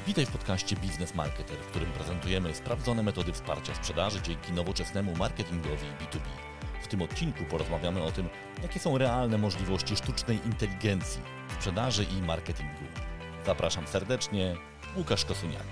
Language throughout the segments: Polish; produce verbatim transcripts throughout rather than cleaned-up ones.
Witaj w podcaście Biznes Marketer, w którym prezentujemy sprawdzone metody wsparcia sprzedaży dzięki nowoczesnemu marketingowi B dwa B. W tym odcinku porozmawiamy o tym, jakie są realne możliwości sztucznej inteligencji w sprzedaży i marketingu. Zapraszam serdecznie, Łukasz Kosuniak.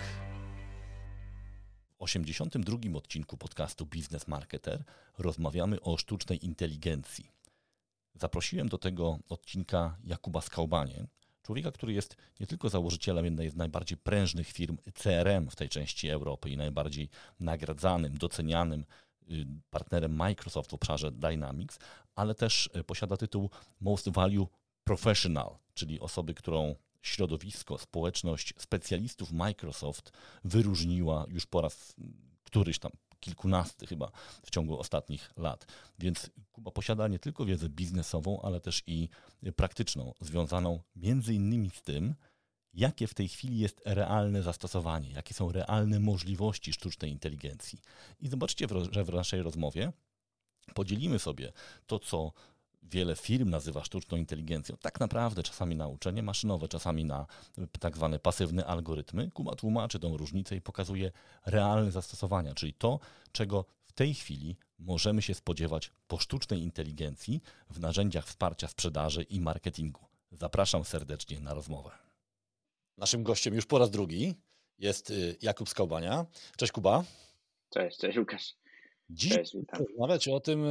W osiemdziesiątym drugim odcinku podcastu Biznes Marketer rozmawiamy o sztucznej inteligencji. Zaprosiłem do tego odcinka Jakuba Skałbanię, człowieka, który jest nie tylko założycielem jednej z najbardziej prężnych firm C R M w tej części Europy i najbardziej nagradzanym, docenianym partnerem Microsoft w obszarze Dynamics, ale też posiada tytuł Most Value Professional, czyli osoby, którą środowisko, społeczność specjalistów Microsoft wyróżniła już po raz któryś tam, kilkunasty chyba w ciągu ostatnich lat. Więc Kuba posiada nie tylko wiedzę biznesową, ale też i praktyczną, związaną między innymi z tym, jakie w tej chwili jest realne zastosowanie, jakie są realne możliwości sztucznej inteligencji. I zobaczcie, że w naszej rozmowie podzielimy sobie to, co wiele firm nazywa sztuczną inteligencją, tak naprawdę czasami na uczenie maszynowe, czasami na tak zwane pasywne algorytmy. Kuba tłumaczy tą różnicę i pokazuje realne zastosowania, czyli to, czego w tej chwili możemy się spodziewać po sztucznej inteligencji w narzędziach wsparcia sprzedaży i marketingu. Zapraszam serdecznie na rozmowę. Naszym gościem już po raz drugi jest Jakub Skałbania. Cześć Kuba. Cześć, cześć Łukasz. Dziś rozmawiać o tym,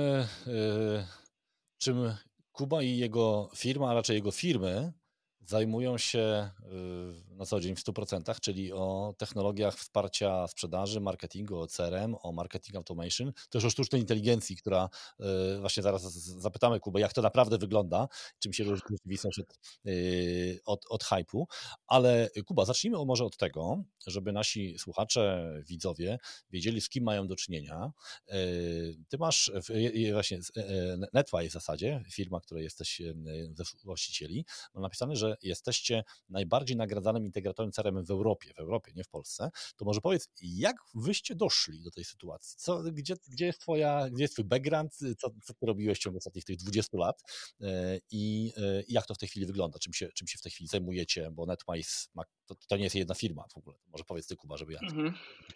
czym Kuba i jego firma, a raczej jego firmy zajmują się na co dzień w stu procentach, czyli o technologiach wsparcia sprzedaży, marketingu, o C R M, o marketing automation, też o sztucznej inteligencji, która właśnie zaraz zapytamy Kubę, jak to naprawdę wygląda, czym się różni rzeczywistość od, od, od hype'u. Ale Kuba, zacznijmy może od tego, żeby nasi słuchacze, widzowie wiedzieli, z kim mają do czynienia. Ty masz właśnie NetWise w zasadzie, firma, której jesteś ze właścicieli, ma napisane, że jesteście najbardziej nagradzanym integratorem C R M w Europie, w Europie, nie w Polsce. To może powiedz, jak wyście doszli do tej sytuacji? Co, gdzie, gdzie jest twoja, gdzie jest twój background? Co, co ty robiłeś w ciągu ostatnich tych dwudziestu lat? I, i jak to w tej chwili wygląda? Czym się, czym się w tej chwili zajmujecie? Bo NetWise ma, to, to nie jest jedna firma w ogóle. Może powiedz ty, Kuba, żeby ja... Mhm.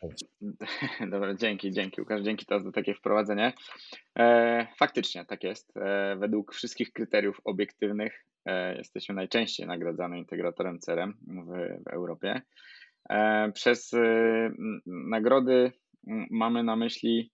Dobra, dzięki, dzięki Łukasz, dzięki teraz za takie wprowadzenie. E, faktycznie tak jest. E, według wszystkich kryteriów obiektywnych e, jesteśmy najczęściej nagradzanym integratorem C R M w, w Europie. E, przez e, nagrody mamy na myśli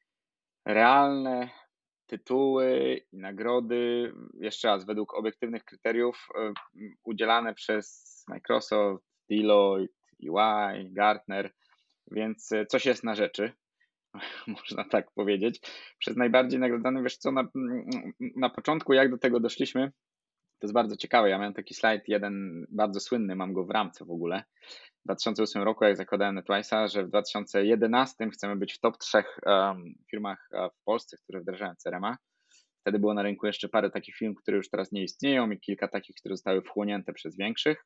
realne tytuły i nagrody, jeszcze raz, według obiektywnych kryteriów e, udzielane przez Microsoft, Deloitte, E Y, Gartner, więc coś jest na rzeczy, można tak powiedzieć. Przez najbardziej nagradzany, wiesz co, na, na początku jak do tego doszliśmy, to jest bardzo ciekawe. Ja miałem taki slajd, jeden bardzo słynny, mam go w ramce w ogóle. W dwa tysiące ósmym roku, jak zakładałem NetWise'a, że w dwa tysiące jedenastym chcemy być w top trzech um, firmach w Polsce, które wdrażają C R M a. Wtedy było na rynku jeszcze parę takich firm, które już teraz nie istnieją i kilka takich, które zostały wchłonięte przez większych.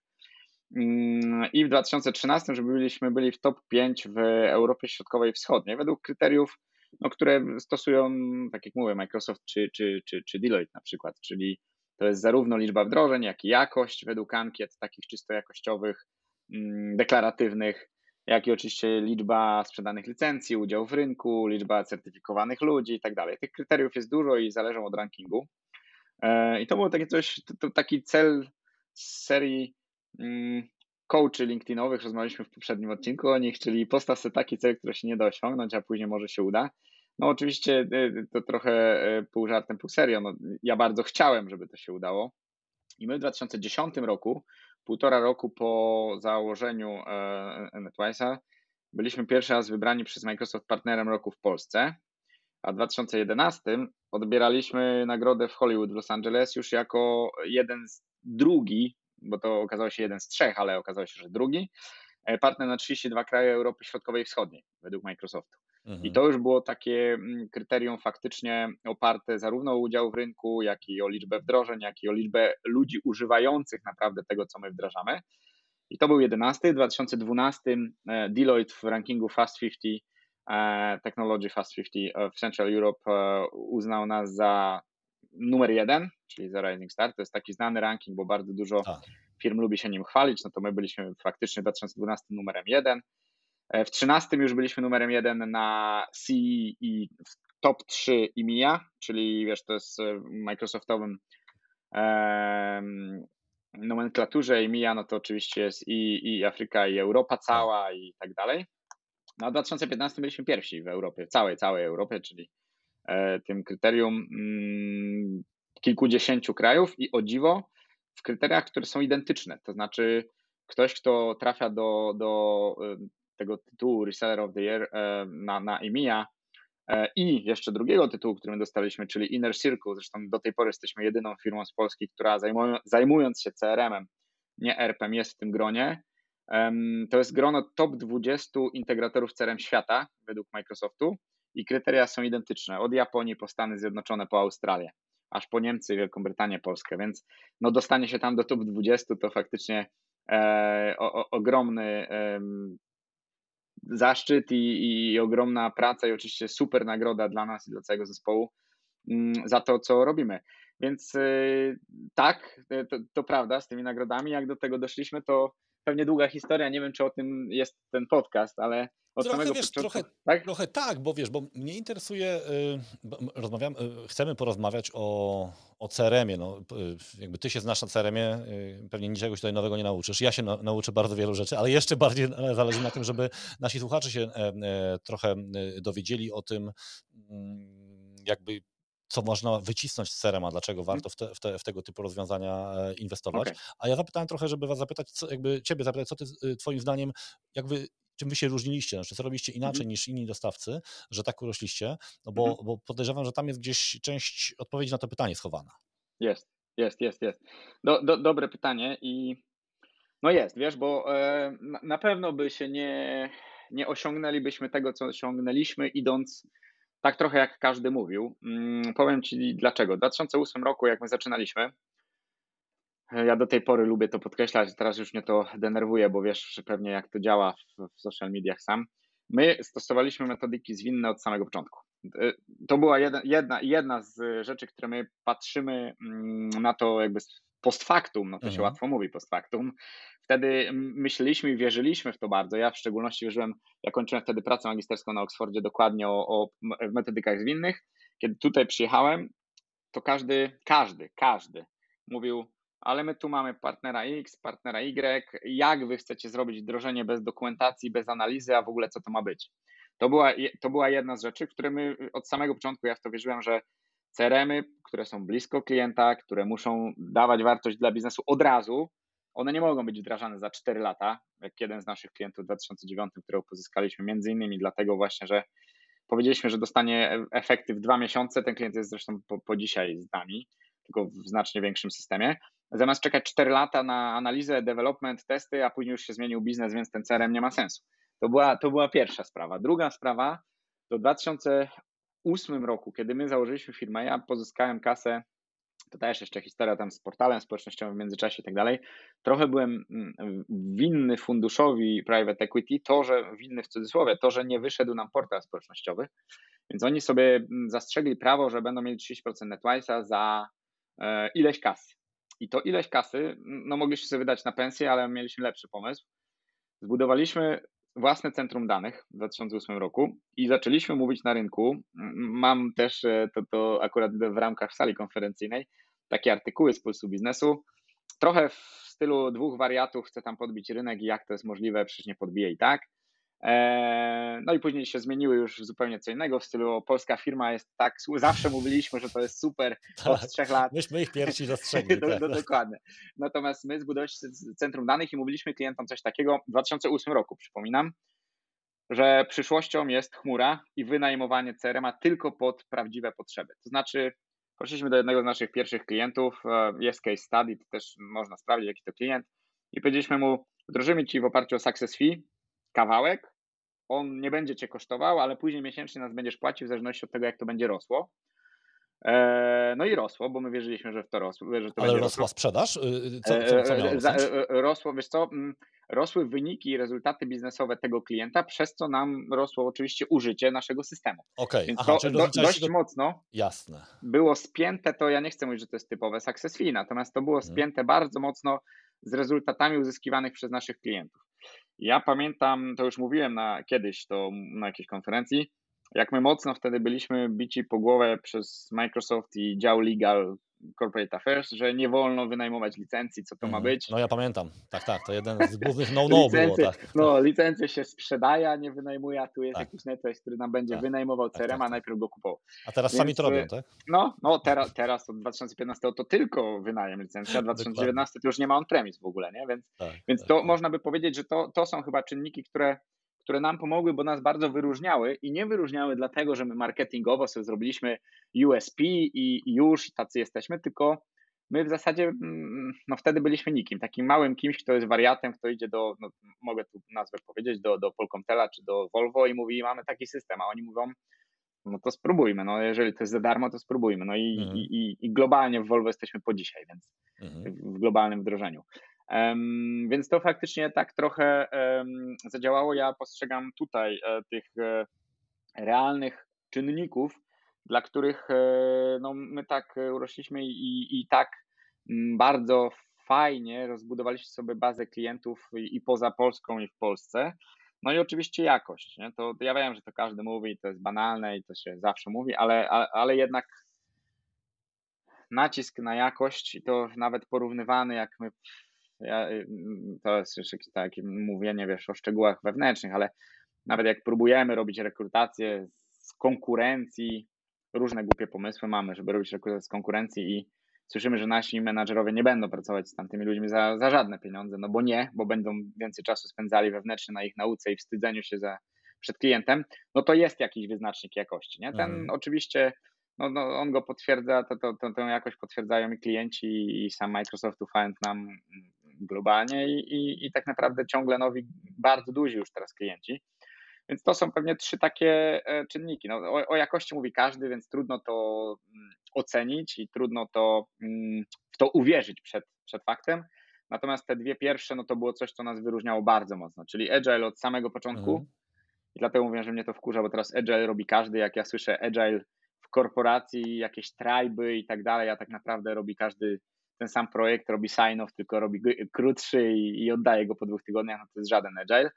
I w dwa tysiące trzynastym, żeby byliśmy byli w top pięć w Europie Środkowej i Wschodniej, według kryteriów, no, które stosują, tak jak mówię, Microsoft czy, czy, czy, czy Deloitte na przykład, czyli to jest zarówno liczba wdrożeń, jak i jakość według ankiet takich czysto jakościowych, deklaratywnych, jak i oczywiście liczba sprzedanych licencji, udział w rynku, liczba certyfikowanych ludzi i tak dalej. Tych kryteriów jest dużo i zależą od rankingu. I to był taki coś, to taki cel z serii coachy LinkedInowych, rozmawialiśmy w poprzednim odcinku o nich, czyli postaw sobie taki cel, który się nie da osiągnąć, a później może się uda. No oczywiście to trochę pół żartem, pół serio. No, ja bardzo chciałem, żeby to się udało. I my w dwa tysiące dziesiątym roku, półtora roku po założeniu NetWise'a, byliśmy pierwszy raz wybrani przez Microsoft partnerem roku w Polsce, a w dwa tysiące jedenastym odbieraliśmy nagrodę w Hollywood w Los Angeles już jako jeden z drugi, bo to okazało się jeden z trzech, ale okazało się, że drugi, partner na trzydzieści dwa kraje Europy Środkowej i Wschodniej według Microsoftu. Mhm. I to już było takie kryterium faktycznie oparte zarówno o udział w rynku, jak i o liczbę wdrożeń, jak i o liczbę ludzi używających naprawdę tego, co my wdrażamy. I to był jedenasty. W dwa tysiące dwunastym Deloitte w rankingu Fast pięćdziesiąt, Technology Fast pięćdziesiąt w Central Europe uznał nas za numer jeden, czyli za Rising Star. To jest taki znany ranking, bo bardzo dużo A. firm lubi się nim chwalić, no to my byliśmy faktycznie w dwa tysiące dwunastym numerem jeden. W trzynastym już byliśmy numerem jeden na C i w top trzy E M E A, czyli wiesz, to jest w Microsoftowym um, nomenklaturze E M E A, no to oczywiście jest i, i Afryka, i Europa cała i tak dalej. No a w dwa tysiące piętnastym byliśmy pierwsi w Europie, w całej, całej Europie, czyli e, tym kryterium mm, kilkudziesięciu krajów i o dziwo w kryteriach, które są identyczne, to znaczy ktoś, kto trafia do, do tego tytułu Reseller of the Year e, na, na E M E A e, i jeszcze drugiego tytułu, który my dostaliśmy, czyli Inner Circle, zresztą do tej pory jesteśmy jedyną firmą z Polski, która zajmują, zajmując się C R M-em, nie E R P-em, jest w tym gronie. To jest grono top dwudziestu integratorów C R M świata według Microsoftu i kryteria są identyczne, od Japonii po Stany Zjednoczone, po Australię, aż po Niemcy, Wielką Brytanię, Polskę, więc no dostanie się tam do top dwudziestu to faktycznie e, o, o, ogromny e, zaszczyt i, i ogromna praca i oczywiście super nagroda dla nas i dla całego zespołu m, za to, co robimy. Więc e, tak, to, to prawda z tymi nagrodami, jak do tego doszliśmy, to pewnie długa historia, nie wiem, czy o tym jest ten podcast, ale od trochę, samego wiesz, początku... Trochę tak? trochę tak, bo wiesz, bo mnie interesuje, y, rozmawiam, y, chcemy porozmawiać o, o C R M-ie, no, y, jakby ty się znasz na C R M-ie, y, pewnie niczego się tutaj nowego nie nauczysz, ja się na, nauczę bardzo wielu rzeczy, ale jeszcze bardziej zależy na tym, żeby nasi słuchacze się e, e, trochę dowiedzieli o tym, mm, jakby co można wycisnąć z C R M-a, dlaczego warto w, te, w, te, w tego typu rozwiązania inwestować. Okay. A ja zapytałem trochę, żeby was zapytać, co, jakby ciebie zapytać, co ty twoim zdaniem, jakby czym wy się różniliście, znaczy co robiliście inaczej mm-hmm. niż inni dostawcy, że tak urośliście, no bo, mm-hmm. bo podejrzewam, że tam jest gdzieś część odpowiedzi na to pytanie schowana. Jest, jest, jest, jest. Do, do, dobre pytanie i no jest, wiesz, bo e, na, na pewno by się nie, nie osiągnęlibyśmy tego, co osiągnęliśmy, idąc tak trochę jak każdy mówił. Hmm, powiem ci dlaczego. W dwa tysiące ósmym roku, jak my zaczynaliśmy, ja do tej pory lubię to podkreślać, teraz już mnie to denerwuje, bo wiesz pewnie jak to działa w, w social mediach sam. My stosowaliśmy metodyki zwinne od samego początku. To była jedna, jedna, jedna z rzeczy, które my patrzymy na to jakby post factum, no to mhm. się łatwo mówi post factum. Wtedy myśleliśmy i wierzyliśmy w to bardzo. Ja w szczególności wierzyłem, ja kończyłem wtedy pracę magisterską na Oksfordzie dokładnie o, o metodykach zwinnych. Kiedy tutaj przyjechałem, to każdy, każdy, każdy mówił, ale my tu mamy partnera X, partnera Y, jak wy chcecie zrobić wdrożenie bez dokumentacji, bez analizy, a w ogóle co to ma być? To była, to była jedna z rzeczy, w które my od samego początku, ja w to wierzyłem, że C R M-y, które są blisko klienta, które muszą dawać wartość dla biznesu od razu, one nie mogą być wdrażane za cztery lata, jak jeden z naszych klientów w dwa tysiące dziewiątym, którego pozyskaliśmy między innymi dlatego właśnie, że powiedzieliśmy, że dostanie efekty w dwa miesiące, ten klient jest zresztą po, po dzisiaj z nami, tylko w znacznie większym systemie. Zamiast czekać cztery lata na analizę, development, testy, a później już się zmienił biznes, więc ten C R M nie ma sensu. To była, to była pierwsza sprawa. Druga sprawa, to w dwa tysiące ósmym roku, kiedy my założyliśmy firmę, ja pozyskałem kasę, to też jeszcze historia tam z portalem społecznościowym w międzyczasie i tak dalej. Trochę byłem winny funduszowi private equity, to, że winny w cudzysłowie, to, że nie wyszedł nam portal społecznościowy, więc oni sobie zastrzegli prawo, że będą mieli trzydzieści procent netwise'a za e, ileś kasy. I to ileś kasy, no mogliśmy sobie wydać na pensję, ale mieliśmy lepszy pomysł. Zbudowaliśmy własne centrum danych w dwa tysiące ósmym roku i zaczęliśmy mówić na rynku. Mam też, to, to akurat w ramkach sali konferencyjnej, takie artykuły z Pulsu Biznesu. Trochę w stylu dwóch wariatów chcę tam podbić rynek i jak to jest możliwe, przecież nie podbije i tak. No i później się zmieniły już w zupełnie co innego, w stylu polska firma jest tak, zawsze mówiliśmy, że to jest super od tak, trzech lat. Myśmy ich pierwsi dostrzegli. do, do, dokładnie. Natomiast my zbudowaliśmy centrum danych i mówiliśmy klientom coś takiego w dwa tysiące ósmym roku, przypominam, że przyszłością jest chmura i wynajmowanie C R M-a tylko pod prawdziwe potrzeby. To znaczy poszliśmy do jednego z naszych pierwszych klientów, jest case study, to też można sprawdzić jaki to klient i powiedzieliśmy mu, wdrożymy ci w oparciu o success fee kawałek, on nie będzie cię kosztował, ale później miesięcznie nas będziesz płacił w zależności od tego, jak to będzie rosło. No i rosło, bo my wierzyliśmy, że w to rosło. Że to ale będzie rosła rosło. sprzedaż? Co, co, co miało Za, rosło, wiesz co, rosły wyniki i rezultaty biznesowe tego klienta, przez co nam rosło oczywiście użycie naszego systemu. Okej, Więc aha, to czyli do, dość do... mocno Jasne. było spięte, to ja nie chcę mówić, że to jest typowe success fee, natomiast to było spięte hmm. bardzo mocno z rezultatami uzyskiwanych przez naszych klientów. Ja pamiętam, to już mówiłem na, kiedyś to na jakiejś konferencji, jak my mocno wtedy byliśmy bici po głowę przez Microsoft i dział legal Corporate Affairs, że nie wolno wynajmować licencji, co to ma Mhm. być. No ja pamiętam, tak, tak, to jeden z głównych no-no było, Licencje, tak, tak, no licencje się sprzedaje, a nie wynajmuje, a tu jest tak, jakiś NetWest, który nam będzie tak, wynajmował tak, C R M, tak, a tak. najpierw go kupował. A teraz sami to Więc robią, tak? no, no teraz, teraz od dwa tysiące piętnastego to tylko wynajem licencji, a dwa tysiące Dokładnie. dziewiętnasty to już nie ma on-premise w ogóle, nie? Więc, Tak, więc tak, to tak. można by powiedzieć, że to, to są chyba czynniki, które, które nam pomogły, bo nas bardzo wyróżniały i nie wyróżniały dlatego, że my marketingowo sobie zrobiliśmy U S P i, i już tacy jesteśmy, tylko my w zasadzie mm, no wtedy byliśmy nikim, takim małym kimś, kto jest wariatem, kto idzie do, no, mogę tu nazwę powiedzieć, do, do Polkomtela czy do Volvo i mówi, mamy taki system, a oni mówią, no to spróbujmy, no jeżeli to jest za darmo, to spróbujmy. No i, Mhm. i, i globalnie w Volvo jesteśmy po dzisiaj, więc Mhm. w globalnym wdrożeniu. Um, więc to faktycznie tak trochę um, zadziałało. Ja postrzegam tutaj e, tych e, realnych czynników, dla których e, no, my tak e, urośliśmy i, i tak m, bardzo fajnie rozbudowaliśmy sobie bazę klientów i, i poza Polską, i w Polsce. No i oczywiście jakość. Nie? To ja wiem, że to każdy mówi, to jest banalne i to się zawsze mówi, ale, ale, ale jednak nacisk na jakość i to nawet porównywany, jak my, ja, to jest już jakieś takie mówienie, wiesz, o szczegółach wewnętrznych, ale nawet jak próbujemy robić rekrutację z konkurencji, różne głupie pomysły mamy, żeby robić rekrutację z konkurencji i słyszymy, że nasi menadżerowie nie będą pracować z tamtymi ludźmi za, za żadne pieniądze, no bo nie, bo będą więcej czasu spędzali wewnętrznie na ich nauce i wstydzeniu się za, przed klientem, no to jest jakiś wyznacznik jakości, nie? Ten Mhm. oczywiście, no, no on go potwierdza, to, to, to, tę jakość potwierdzają i klienci i sam Microsoft ufając nam globalnie i, i, i tak naprawdę ciągle nowi, bardzo duzi już teraz klienci. Więc to są pewnie trzy takie czynniki. No, o, o jakości mówi każdy, więc trudno to ocenić i trudno to w to uwierzyć przed, przed faktem. Natomiast te dwie pierwsze, no to było coś, co nas wyróżniało bardzo mocno, czyli Agile od samego początku. Mhm. I dlatego mówię, że mnie to wkurza, bo teraz Agile robi każdy. Jak ja słyszę Agile w korporacji, jakieś triby i tak dalej, a tak naprawdę robi każdy ten sam projekt, robi sign-off, tylko robi krótszy i, i oddaje go po dwóch tygodniach, no to jest żaden Agile.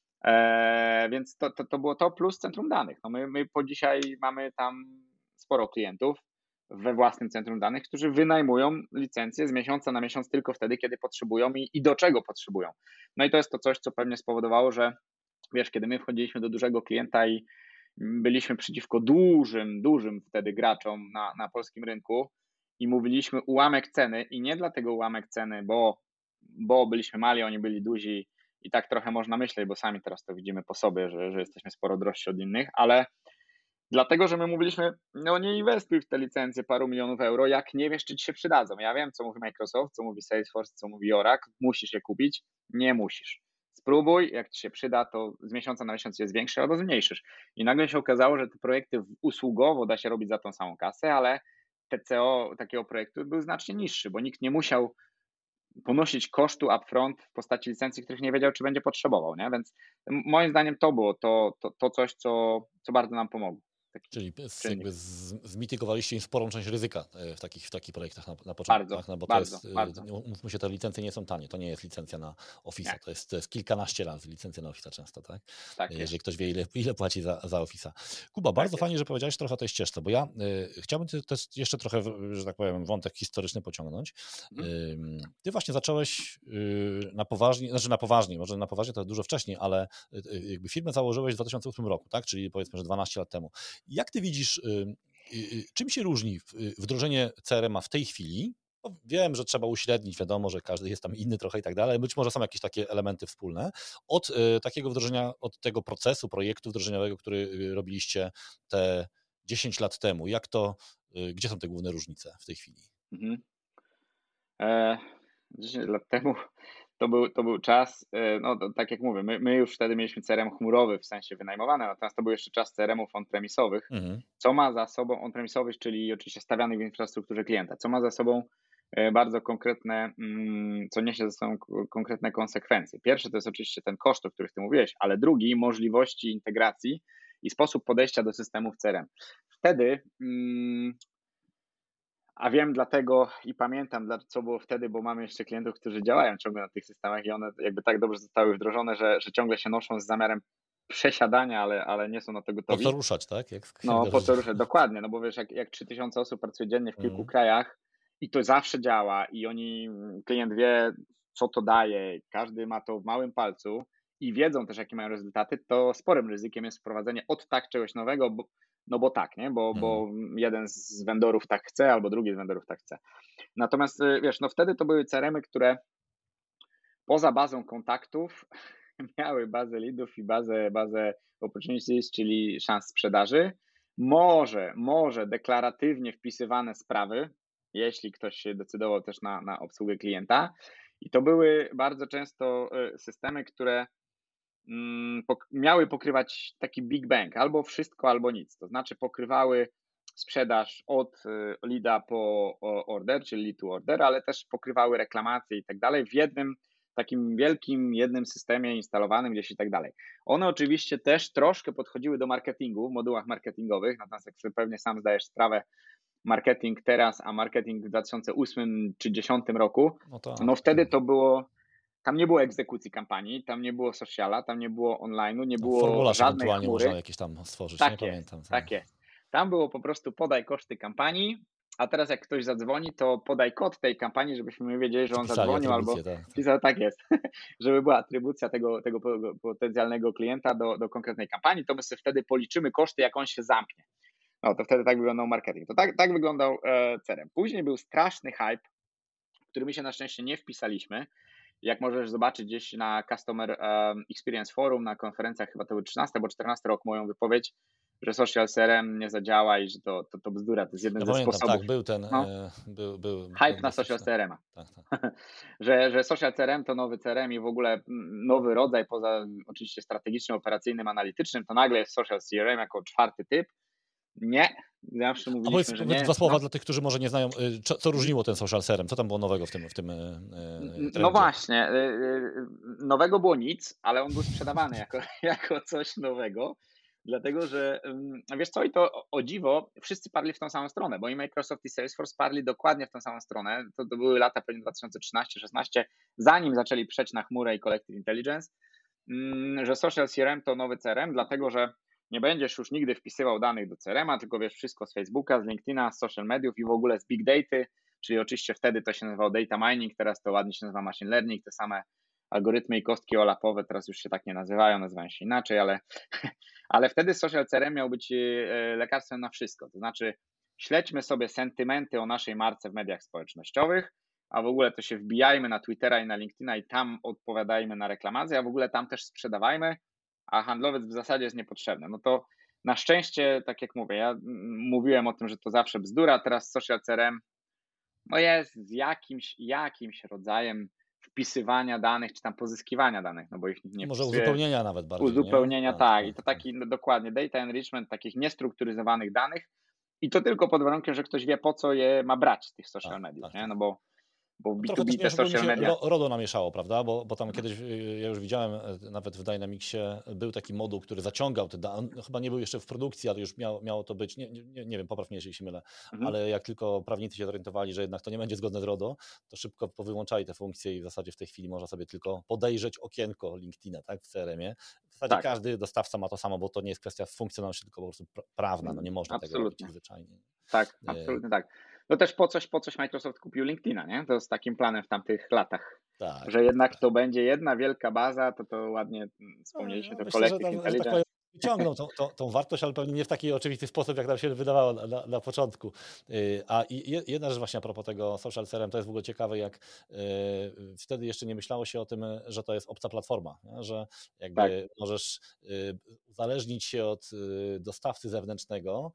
Eee, więc to, to, to było to plus centrum danych. No my, my po dzisiaj mamy tam sporo klientów we własnym centrum danych, którzy wynajmują licencje z miesiąca na miesiąc tylko wtedy, kiedy potrzebują i, i do czego potrzebują. No i to jest to coś, co pewnie spowodowało, że wiesz, kiedy my wchodziliśmy do dużego klienta i byliśmy przeciwko dużym, dużym wtedy graczom na, na polskim rynku i mówiliśmy ułamek ceny i nie dlatego ułamek ceny, bo, bo byliśmy mali, oni byli duzi i tak trochę można myśleć, bo sami teraz to widzimy po sobie, że, że jesteśmy sporo drożsi od innych, ale dlatego, że my mówiliśmy, no nie inwestuj w te licencje paru milionów euro, jak nie wiesz, czy ci się przydadzą. Ja wiem, co mówi Microsoft, co mówi Salesforce, co mówi Oracle, musisz je kupić, nie musisz. Spróbuj, jak ci się przyda, to z miesiąca na miesiąc jest większy albo zmniejszysz. I nagle się okazało, że te projekty usługowo da się robić za tą samą kasę, ale T C O takiego projektu był znacznie niższy, bo nikt nie musiał ponosić kosztu upfront w postaci licencji, których nie wiedział, czy będzie potrzebował, nie? Więc moim zdaniem to było to, to, to coś, co, co bardzo nam pomogło. Czyli jakby zmitygowaliście im sporą część ryzyka w takich, w takich projektach na, na początku. Bardzo, tak? No bo bardzo, to jest, bardzo. Mówmy się, te licencje nie są tanie. To nie jest licencja na Office'a. To jest, to jest kilkanaście razy licencja na Office'a często, tak? tak Jeżeli jest. ktoś wie, ile, ile płaci za, za Office'a. Kuba, tak bardzo jest. Fajnie, że powiedziałeś trochę o tej ścieżce, bo ja y, chciałbym też jeszcze trochę, że tak powiem, wątek historyczny pociągnąć. Mhm. Y, ty właśnie zacząłeś y, na poważnie, znaczy na poważnie, może na poważnie to dużo wcześniej, ale y, jakby firmę założyłeś w dwa tysiące ósmym roku, tak? Czyli powiedzmy, że dwanaście lat temu. Jak ty widzisz, czym się różni wdrożenie C R M-a w tej chwili? No wiem, że trzeba uśrednić, wiadomo, że każdy jest tam inny trochę i tak dalej, być może są jakieś takie elementy wspólne, od takiego wdrożenia, od tego procesu, projektu wdrożeniowego, który robiliście te dziesięć lat temu. Jak to, gdzie są te główne różnice w tej chwili? Mhm. E, dziesięć lat temu to był, to był czas, no to, tak jak mówię, my, my już wtedy mieliśmy C R M chmurowy, w sensie wynajmowany, natomiast to był jeszcze czas C R M-ów on-premisowych, mhm. co ma za sobą on-premisowych, czyli oczywiście stawianych w infrastrukturze klienta, co ma za sobą bardzo konkretne, co niesie ze sobą konkretne konsekwencje. Pierwszy to jest oczywiście ten koszt, o których ty mówiłeś, ale drugi możliwości integracji i sposób podejścia do systemów C R M. Wtedy A wiem dlatego i pamiętam, dla- co było wtedy, bo mamy jeszcze klientów, którzy działają ciągle na tych systemach i one jakby tak dobrze zostały wdrożone, że, że ciągle się noszą z zamiarem przesiadania, ale, ale nie są na to Po co gotowi. ruszać, tak? Jak, jak No, po dobrze co działa. ruszać? Dokładnie, no bo wiesz, jak, jak trzy tysiące osób pracuje dziennie w kilku Mm. krajach i to zawsze działa i oni, klient wie, co to daje, każdy ma to w małym palcu i wiedzą też, jakie mają rezultaty, to sporym ryzykiem jest wprowadzenie od tak czegoś nowego, bo, no bo tak, nie? Bo, Mm. bo jeden z vendorów tak chce, albo drugi z vendorów tak chce. Natomiast y, wiesz, no wtedy to były C R M y, które poza bazą kontaktów miały bazę leadów i bazę, bazę opportunities, czyli szans sprzedaży. Może, może deklaratywnie wpisywane sprawy, jeśli ktoś się decydował też na, na obsługę klienta. I to były bardzo często y, systemy, które mm, pok- miały pokrywać taki big bang, albo wszystko, albo nic. To znaczy pokrywały sprzedaż od y, leada po o- order, czyli lead to order, ale też pokrywały reklamacje i tak dalej w jednym takim wielkim, jednym systemie instalowanym gdzieś i tak dalej. One oczywiście też troszkę podchodziły do marketingu w modułach marketingowych, natomiast jak sobie pewnie sam zdajesz sprawę, marketing teraz, a marketing w dwa tysiące ósmym czy dwa tysiące dziesiątym roku, No tak. no wtedy to było, tam nie było egzekucji kampanii, tam nie było sociala, tam nie było online'u, nie No, było formularz żadnej ewentualnie można chmury. jakieś tam stworzyć, nie Tak jest, pamiętam. Tak. tak jest. Tam było po prostu podaj koszty kampanii, a teraz jak ktoś zadzwoni, to podaj kod tej kampanii, żebyśmy my wiedzieli, że on Przypisali zadzwonił albo atrybucję, tak, tak. pisał, tak jest, żeby była atrybucja tego, tego potencjalnego klienta do, do konkretnej kampanii, to my sobie wtedy policzymy koszty, jak on się zamknie. No to wtedy tak wyglądał marketing. To tak, tak wyglądał e, C R M. Później był straszny hype, w który my się na szczęście nie wpisaliśmy. Jak możesz zobaczyć gdzieś na Customer um, Experience Forum, na konferencjach, chyba to był trzynasty albo czternasty rok, moją wypowiedź, że social C R M nie zadziała i że to, to, to bzdura, to jest jeden Ja ze pamiętam, sposobów. tak, był ten, No, e, był, był hype ten na dosyć, social no, C R M a, tak, tak. że, że social C R M to nowy C R M i w ogóle mm, nowy rodzaj, poza oczywiście strategicznym, operacyjnym, analitycznym, to nagle jest social C R M jako czwarty typ. Nie, zawsze A powiedz, mówiliśmy, że powiedz nie. dwa słowa No. dla tych, którzy może nie znają, y, co, co różniło ten social C R M, co tam było nowego w tym, w tym y, y, No trendzie? właśnie, y, y, nowego było nic, ale on był sprzedawany jako, jako coś nowego, dlatego że ym, wiesz co, i to o, o dziwo, wszyscy parli w tą samą stronę, bo i Microsoft i Salesforce parli dokładnie w tą samą stronę. To, to były lata pewnie dwa tysiące trzynasty szesnaście, zanim zaczęli przejść na chmurę i Collective Intelligence, ym, że social C R M to nowy C R M, dlatego że nie będziesz już nigdy wpisywał danych do C R M a, tylko wiesz wszystko z Facebooka, z LinkedIna, z social mediów i w ogóle z big data, czyli oczywiście wtedy to się nazywało data mining, teraz to ładnie się nazywa machine learning, te same algorytmy i kostki olapowe teraz już się tak nie nazywają, nazywają się inaczej, ale, ale wtedy social C R M miał być e, lekarstwem na wszystko, to znaczy śledźmy sobie sentymenty o naszej marce w mediach społecznościowych, a w ogóle to się wbijajmy na Twittera i na LinkedIna i tam odpowiadajmy na reklamacje, a w ogóle tam też sprzedawajmy, a handlowiec w zasadzie jest niepotrzebny. No to na szczęście, tak jak mówię, ja mówiłem o tym, że to zawsze bzdura, teraz social C R M no jest z jakimś, jakimś rodzajem wpisywania danych, czy tam pozyskiwania danych, no bo ich nikt nie Może wpisuje. uzupełnienia nawet bardziej, Uzupełnienia, nie? tak. I to taki no, dokładnie data enrichment takich niestrukturyzowanych danych i to tylko pod warunkiem, że ktoś wie, po co je ma brać z tych social Tak, mediów, tak, nie? tak. No bo, bo w Trochę B dwa B też nie te oszukujmy social się, media. ro, RODO namieszało, prawda? Bo, bo tam kiedyś, y, ja już widziałem, y, nawet w Dynamicsie był taki moduł, który zaciągał te dane, no, chyba nie był jeszcze w produkcji, ale już miało, miało to być, nie, nie, nie wiem, popraw mnie, jeśli się mylę, Mhm. ale jak tylko prawnicy się zorientowali, że jednak to nie będzie zgodne z RODO, to szybko powyłączali te funkcje i w zasadzie w tej chwili można sobie tylko podejrzeć okienko LinkedIna, tak, w C R M ie. W zasadzie Tak. każdy dostawca ma to samo, bo to nie jest kwestia funkcjonalności, tylko po prostu pra- prawna, no nie można tego robić Absolutnie. zwyczajnie. Tak, Y, absolutnie tak. No też po coś, po coś Microsoft kupił LinkedIna, nie? To z takim planem w tamtych latach, Tak, że tak, jednak tak. to będzie jedna wielka baza, to to ładnie mm, wspomnieliśmy, No, to myślę, że, Collective tam, że tak powiem, Intelligence. wyciągną tą, tą, tą wartość, ale pewnie nie w taki oczywisty sposób, jak nam się wydawało na, na, na początku. Yy, A i je- jedna rzecz właśnie a propos tego social C R M, to jest w ogóle ciekawe, jak yy, wtedy jeszcze nie myślało się o tym, że to jest obca platforma, nie? Że jakby Tak, możesz yy, uzależnić się od yy, dostawcy zewnętrznego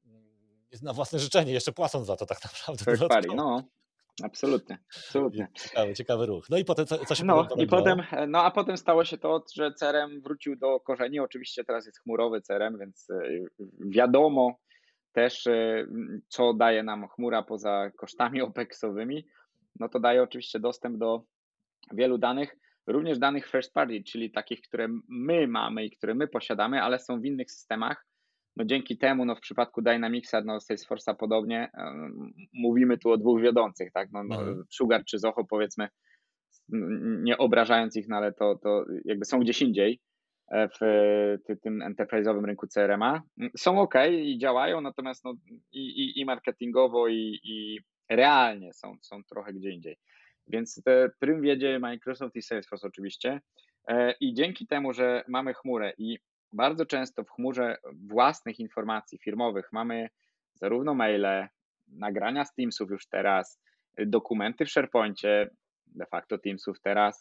yy, na własne życzenie, jeszcze płacąc za to tak naprawdę third party, dodatkowo. no, absolutnie, absolutnie. Ciekawy, ciekawy ruch. No i potem, co, co się No potem i porobiło? potem, no a potem stało się to, że C R M wrócił do korzeni. Oczywiście teraz jest chmurowy C R M, więc e, wiadomo też, e, co daje nam chmura poza kosztami opeksowymi. No to daje oczywiście dostęp do wielu danych, również danych first party, czyli takich, które my mamy i które my posiadamy, ale są w innych systemach. no dzięki temu no w przypadku Dynamicsa, no Salesforce'a podobnie, mówimy tu o dwóch wiodących, tak, no, no Mhm. Sugar czy Zoho powiedzmy, nie obrażając ich, no ale to, to jakby są gdzieś indziej w tym enterprise'owym rynku C R M-a. Są ok i działają, natomiast no i, i, i marketingowo i, i realnie są, są trochę gdzie indziej. Więc te prym wiedzie Microsoft i Salesforce oczywiście i dzięki temu, że mamy chmurę i bardzo często w chmurze własnych informacji firmowych mamy zarówno maile, nagrania z Teamsów już teraz, dokumenty w SharePoincie, de facto Teamsów teraz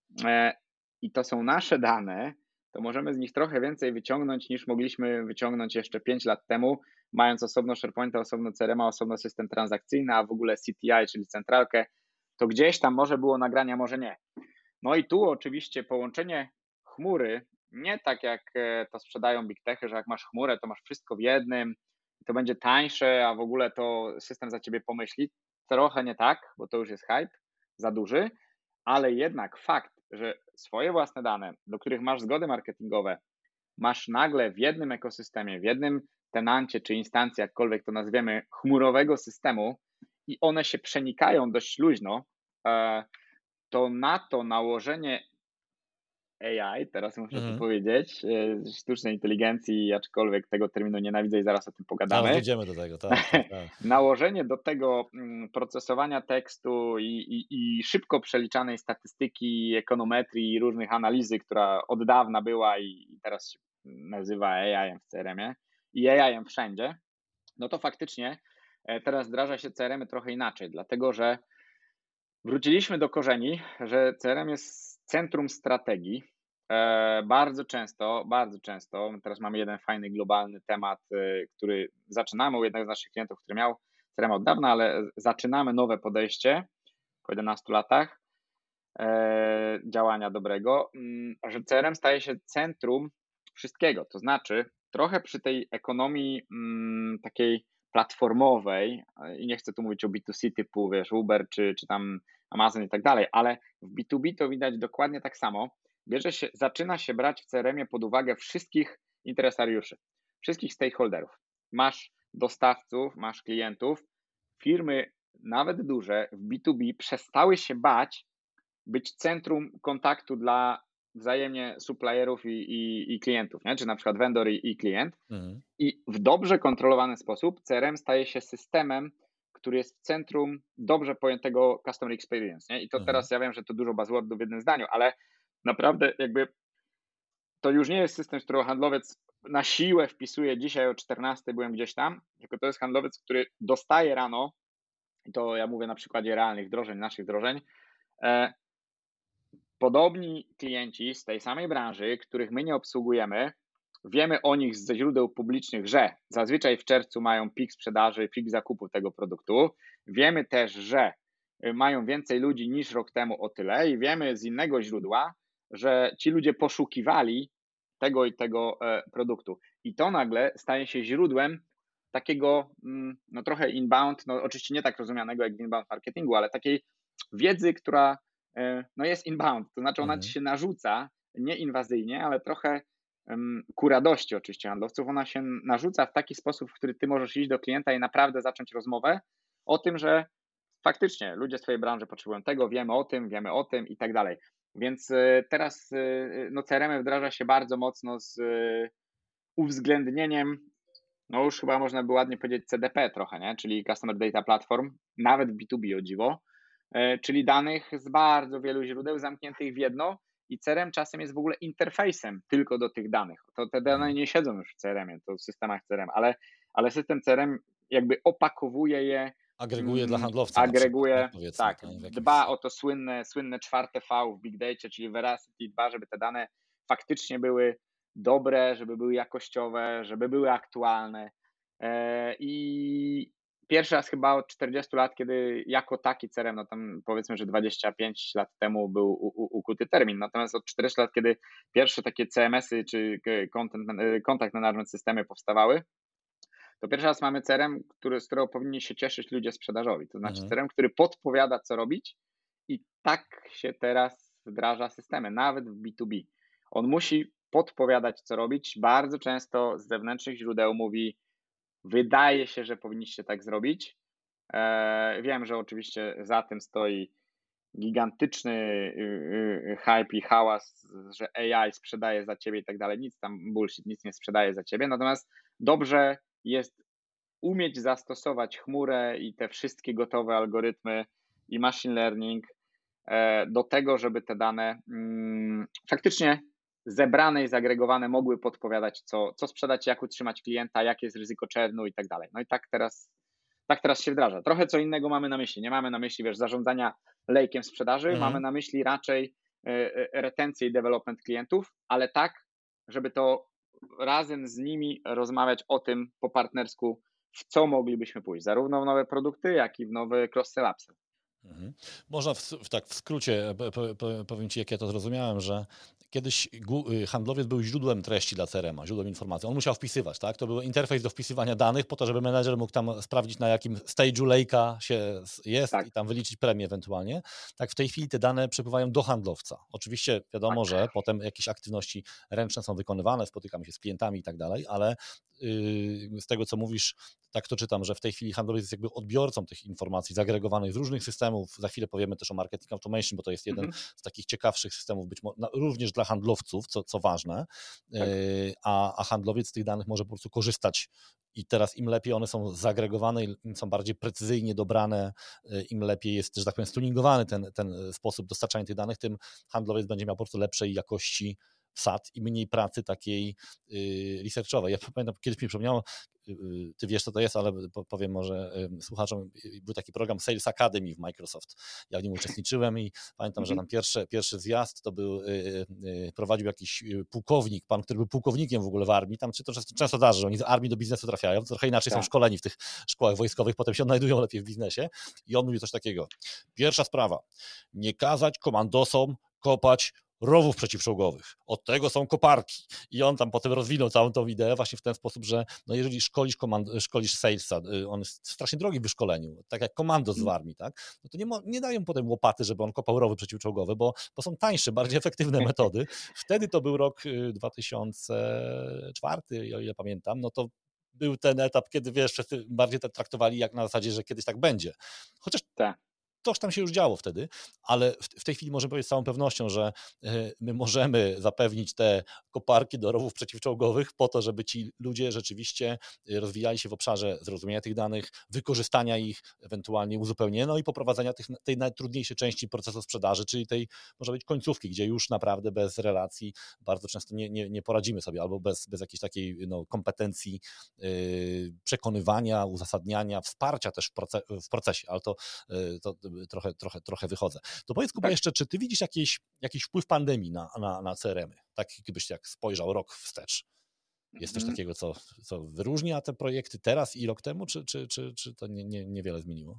i to są nasze dane, to możemy z nich trochę więcej wyciągnąć niż mogliśmy wyciągnąć jeszcze pięć lat temu, mając osobno SharePointa, osobno C R M-a, osobno system transakcyjny, a w ogóle C T I, czyli centralkę, to gdzieś tam może było nagrania, może nie. No i tu oczywiście połączenie chmury, nie tak jak to sprzedają big techy, że jak masz chmurę, to masz wszystko w jednym, to będzie tańsze, a w ogóle to system za ciebie pomyśli. Trochę nie tak, bo to już jest hype za duży, ale jednak fakt, że swoje własne dane, do których masz zgody marketingowe, masz nagle w jednym ekosystemie, w jednym tenancie czy instancji, jakkolwiek to nazwiemy, chmurowego systemu i one się przenikają dość luźno, to na to nałożenie A I, teraz muszę Mhm. to powiedzieć, sztucznej inteligencji, aczkolwiek tego terminu nienawidzę i zaraz o tym pogadamy. Zaraz dojdziemy do tego, tak, tak, tak. Nałożenie do tego procesowania tekstu i, i, i szybko przeliczanej statystyki, ekonometrii i różnych analizy, która od dawna była i teraz się nazywa A I w C R M-ie i A I wszędzie, no to faktycznie teraz wdraża się C R M-y trochę inaczej, dlatego że wróciliśmy do korzeni, że C R M jest centrum strategii. Bardzo często, bardzo często, teraz mamy jeden fajny globalny temat, który zaczynamy u jednego z naszych klientów, który miał C R M od dawna, ale zaczynamy nowe podejście po jedenastu latach działania dobrego, że C R M staje się centrum wszystkiego, to znaczy trochę przy tej ekonomii takiej platformowej i nie chcę tu mówić o B dwa C typu, wiesz, Uber czy, czy tam Amazon i tak dalej, ale w B dwa B to widać dokładnie tak samo. Bierze się, zaczyna się brać w C R M-ie pod uwagę wszystkich interesariuszy, wszystkich stakeholderów. Masz dostawców, masz klientów, firmy nawet duże w B dwa B przestały się bać być centrum kontaktu dla wzajemnie supplierów i, i, i klientów, nie? Czy na przykład vendor i, i klient. Mhm. I w dobrze kontrolowany sposób C R M staje się systemem, który jest w centrum dobrze pojętego customer experience. Nie? I to mhm. teraz ja wiem, że to dużo buzzwordów w jednym zdaniu, ale naprawdę jakby to już nie jest system, z którego handlowiec na siłę wpisuje dzisiaj o czternastej byłem gdzieś tam, tylko to jest handlowiec, który dostaje rano, i to ja mówię na przykładzie realnych wdrożeń, naszych wdrożeń, e, podobni klienci z tej samej branży, których my nie obsługujemy, wiemy o nich ze źródeł publicznych, że zazwyczaj w czerwcu mają pik sprzedaży, pik zakupu tego produktu. Wiemy też, że mają więcej ludzi niż rok temu o tyle i wiemy z innego źródła, że ci ludzie poszukiwali tego i tego produktu. I to nagle staje się źródłem takiego no trochę inbound, no oczywiście nie tak rozumianego jak w inbound marketingu, ale takiej wiedzy, która no jest inbound, to znaczy ona mhm. ci się narzuca nieinwazyjnie, ale trochę um, ku radości oczywiście handlowców, ona się narzuca w taki sposób, w który ty możesz iść do klienta i naprawdę zacząć rozmowę o tym, że faktycznie ludzie w swojej branży potrzebują tego, wiemy o tym, wiemy o tym i tak dalej. Więc y, teraz y, no C R M wdraża się bardzo mocno z y, uwzględnieniem, no już chyba można by ładnie powiedzieć C D P trochę, nie? Czyli Customer Data Platform, nawet w B dwa B o dziwo, czyli danych z bardzo wielu źródeł zamkniętych w jedno i C R M czasem jest w ogóle interfejsem tylko do tych danych. To te dane nie siedzą już w C R M-ie, to w systemach C R M, ale, ale system C R M jakby opakowuje je, agreguje mm, dla handlowca agreguje, przykład, tak, tak jakimś... dba o to słynne, słynne czwarte V w Big Data, czyli Veracity, dba, żeby te dane faktycznie były dobre, żeby były jakościowe, żeby były aktualne i pierwszy raz chyba od czterdziestu lat, kiedy jako taki C R M, no tam powiedzmy, że dwadzieścia pięć lat temu był u, u, ukuty termin, natomiast od czterdziestu lat, kiedy pierwsze takie C M S-y czy content, contact management systemy powstawały, to pierwszy raz mamy C R M, który, z którego powinni się cieszyć ludzie sprzedażowi, to znaczy mhm. C R M, który podpowiada, co robić i tak się teraz wdraża systemy, nawet w B dwa B. On musi podpowiadać, co robić. Bardzo często z zewnętrznych źródeł mówi, wydaje się, że powinniście tak zrobić. E, wiem, że oczywiście za tym stoi gigantyczny y, y, hype i hałas, że A I sprzedaje za ciebie i tak dalej. Nic tam, bullshit, nic nie sprzedaje za ciebie. Natomiast dobrze jest umieć zastosować chmurę i te wszystkie gotowe algorytmy i machine learning e, do tego, żeby te dane mm, faktycznie zebrane i zagregowane mogły podpowiadać, co, co sprzedać, jak utrzymać klienta, jakie jest ryzyko churnu i tak dalej. No i tak teraz, tak teraz się wdraża. Trochę co innego mamy na myśli. Nie mamy na myśli, wiesz, zarządzania lejkiem sprzedaży, Mhm. mamy na myśli raczej e, e, retencję i development klientów, ale tak, żeby to razem z nimi rozmawiać o tym po partnersku, w co moglibyśmy pójść, zarówno w nowe produkty, jak i w nowy cross-sell, upsell. Mhm. Można w, w, tak w skrócie po, po, powiem Ci, jak ja to zrozumiałem, że kiedyś gu- handlowiec był źródłem treści dla C R M-a, źródłem informacji. On musiał wpisywać, tak? To był interfejs do wpisywania danych po to, żeby menedżer mógł tam sprawdzić, na jakim stage'u lejka się jest Tak. i tam wyliczyć premię ewentualnie. Tak, w tej chwili te dane przepływają do handlowca. Oczywiście wiadomo, Tak. że potem jakieś aktywności ręczne są wykonywane, spotykamy się z klientami i tak dalej, ale yy, z tego, co mówisz, tak to czytam, że w tej chwili handlowiec jest jakby odbiorcą tych informacji zagregowanych z różnych systemów. Za chwilę powiemy też o marketing automation, bo to jest jeden Mhm. z takich ciekawszych systemów, być może również dla handlowców, co, co ważne, Tak. a, a handlowiec z tych danych może po prostu korzystać. I teraz im lepiej one są zagregowane, im są bardziej precyzyjnie dobrane, im lepiej jest, że tak powiem, stuningowany ten, ten sposób dostarczania tych danych, tym handlowiec będzie miał po prostu lepszej jakości wsad i mniej pracy takiej yy, researchowej. Ja pamiętam, kiedyś mi przypomniało, yy, ty wiesz, co to jest, ale powiem może yy, słuchaczom, yy, był taki program Sales Academy w Microsoft. Ja w nim uczestniczyłem i pamiętam, mhm. że tam pierwszy, pierwszy zjazd to był, yy, yy, prowadził jakiś pułkownik, pan, który był pułkownikiem w ogóle w armii, tam czy to często, często zdarzy, że oni z armii do biznesu trafiają, trochę inaczej tak. są szkoleni w tych szkołach wojskowych, potem się odnajdują lepiej w biznesie i on mówi coś takiego. Pierwsza sprawa, nie kazać komandosom kopać rowów przeciwczołgowych. Od tego są koparki. I on tam potem rozwinął całą tą ideę właśnie w ten sposób, że no jeżeli szkolisz, komand- szkolisz salesa, on jest strasznie drogi w wyszkoleniu, tak jak komandos w armii, tak? No to nie, mo- nie dają potem łopaty, żeby on kopał rowy przeciwczołgowe, bo, bo są tańsze, bardziej efektywne metody. Wtedy to był rok dwa tysiące czwarty, o ile pamiętam, no to był ten etap, kiedy wiesz, wszyscy bardziej to traktowali jak na zasadzie, że kiedyś tak będzie. Chociaż tak. Coś tam się już działo wtedy, ale w tej chwili możemy powiedzieć z całą pewnością, że my możemy zapewnić te koparki do rowów przeciwczołgowych po to, żeby ci ludzie rzeczywiście rozwijali się w obszarze zrozumienia tych danych, wykorzystania ich, ewentualnie uzupełnienia, no i poprowadzenia tych, tej najtrudniejszej części procesu sprzedaży, czyli tej, może być końcówki, gdzie już naprawdę bez relacji bardzo często nie, nie, nie poradzimy sobie, albo bez, bez jakiejś takiej no, kompetencji yy, przekonywania, uzasadniania, wsparcia też w, proces, w procesie, ale to, yy, to Trochę, trochę, trochę wychodzę. To powiedz, Kuba, tak. jeszcze, czy ty widzisz jakiś, jakiś wpływ pandemii na, na, na C R M-y? Tak, gdybyś jak spojrzał rok wstecz. Jest coś takiego, co, co wyróżnia te projekty teraz i rok temu, czy, czy, czy, czy to nie, nie, niewiele zmieniło?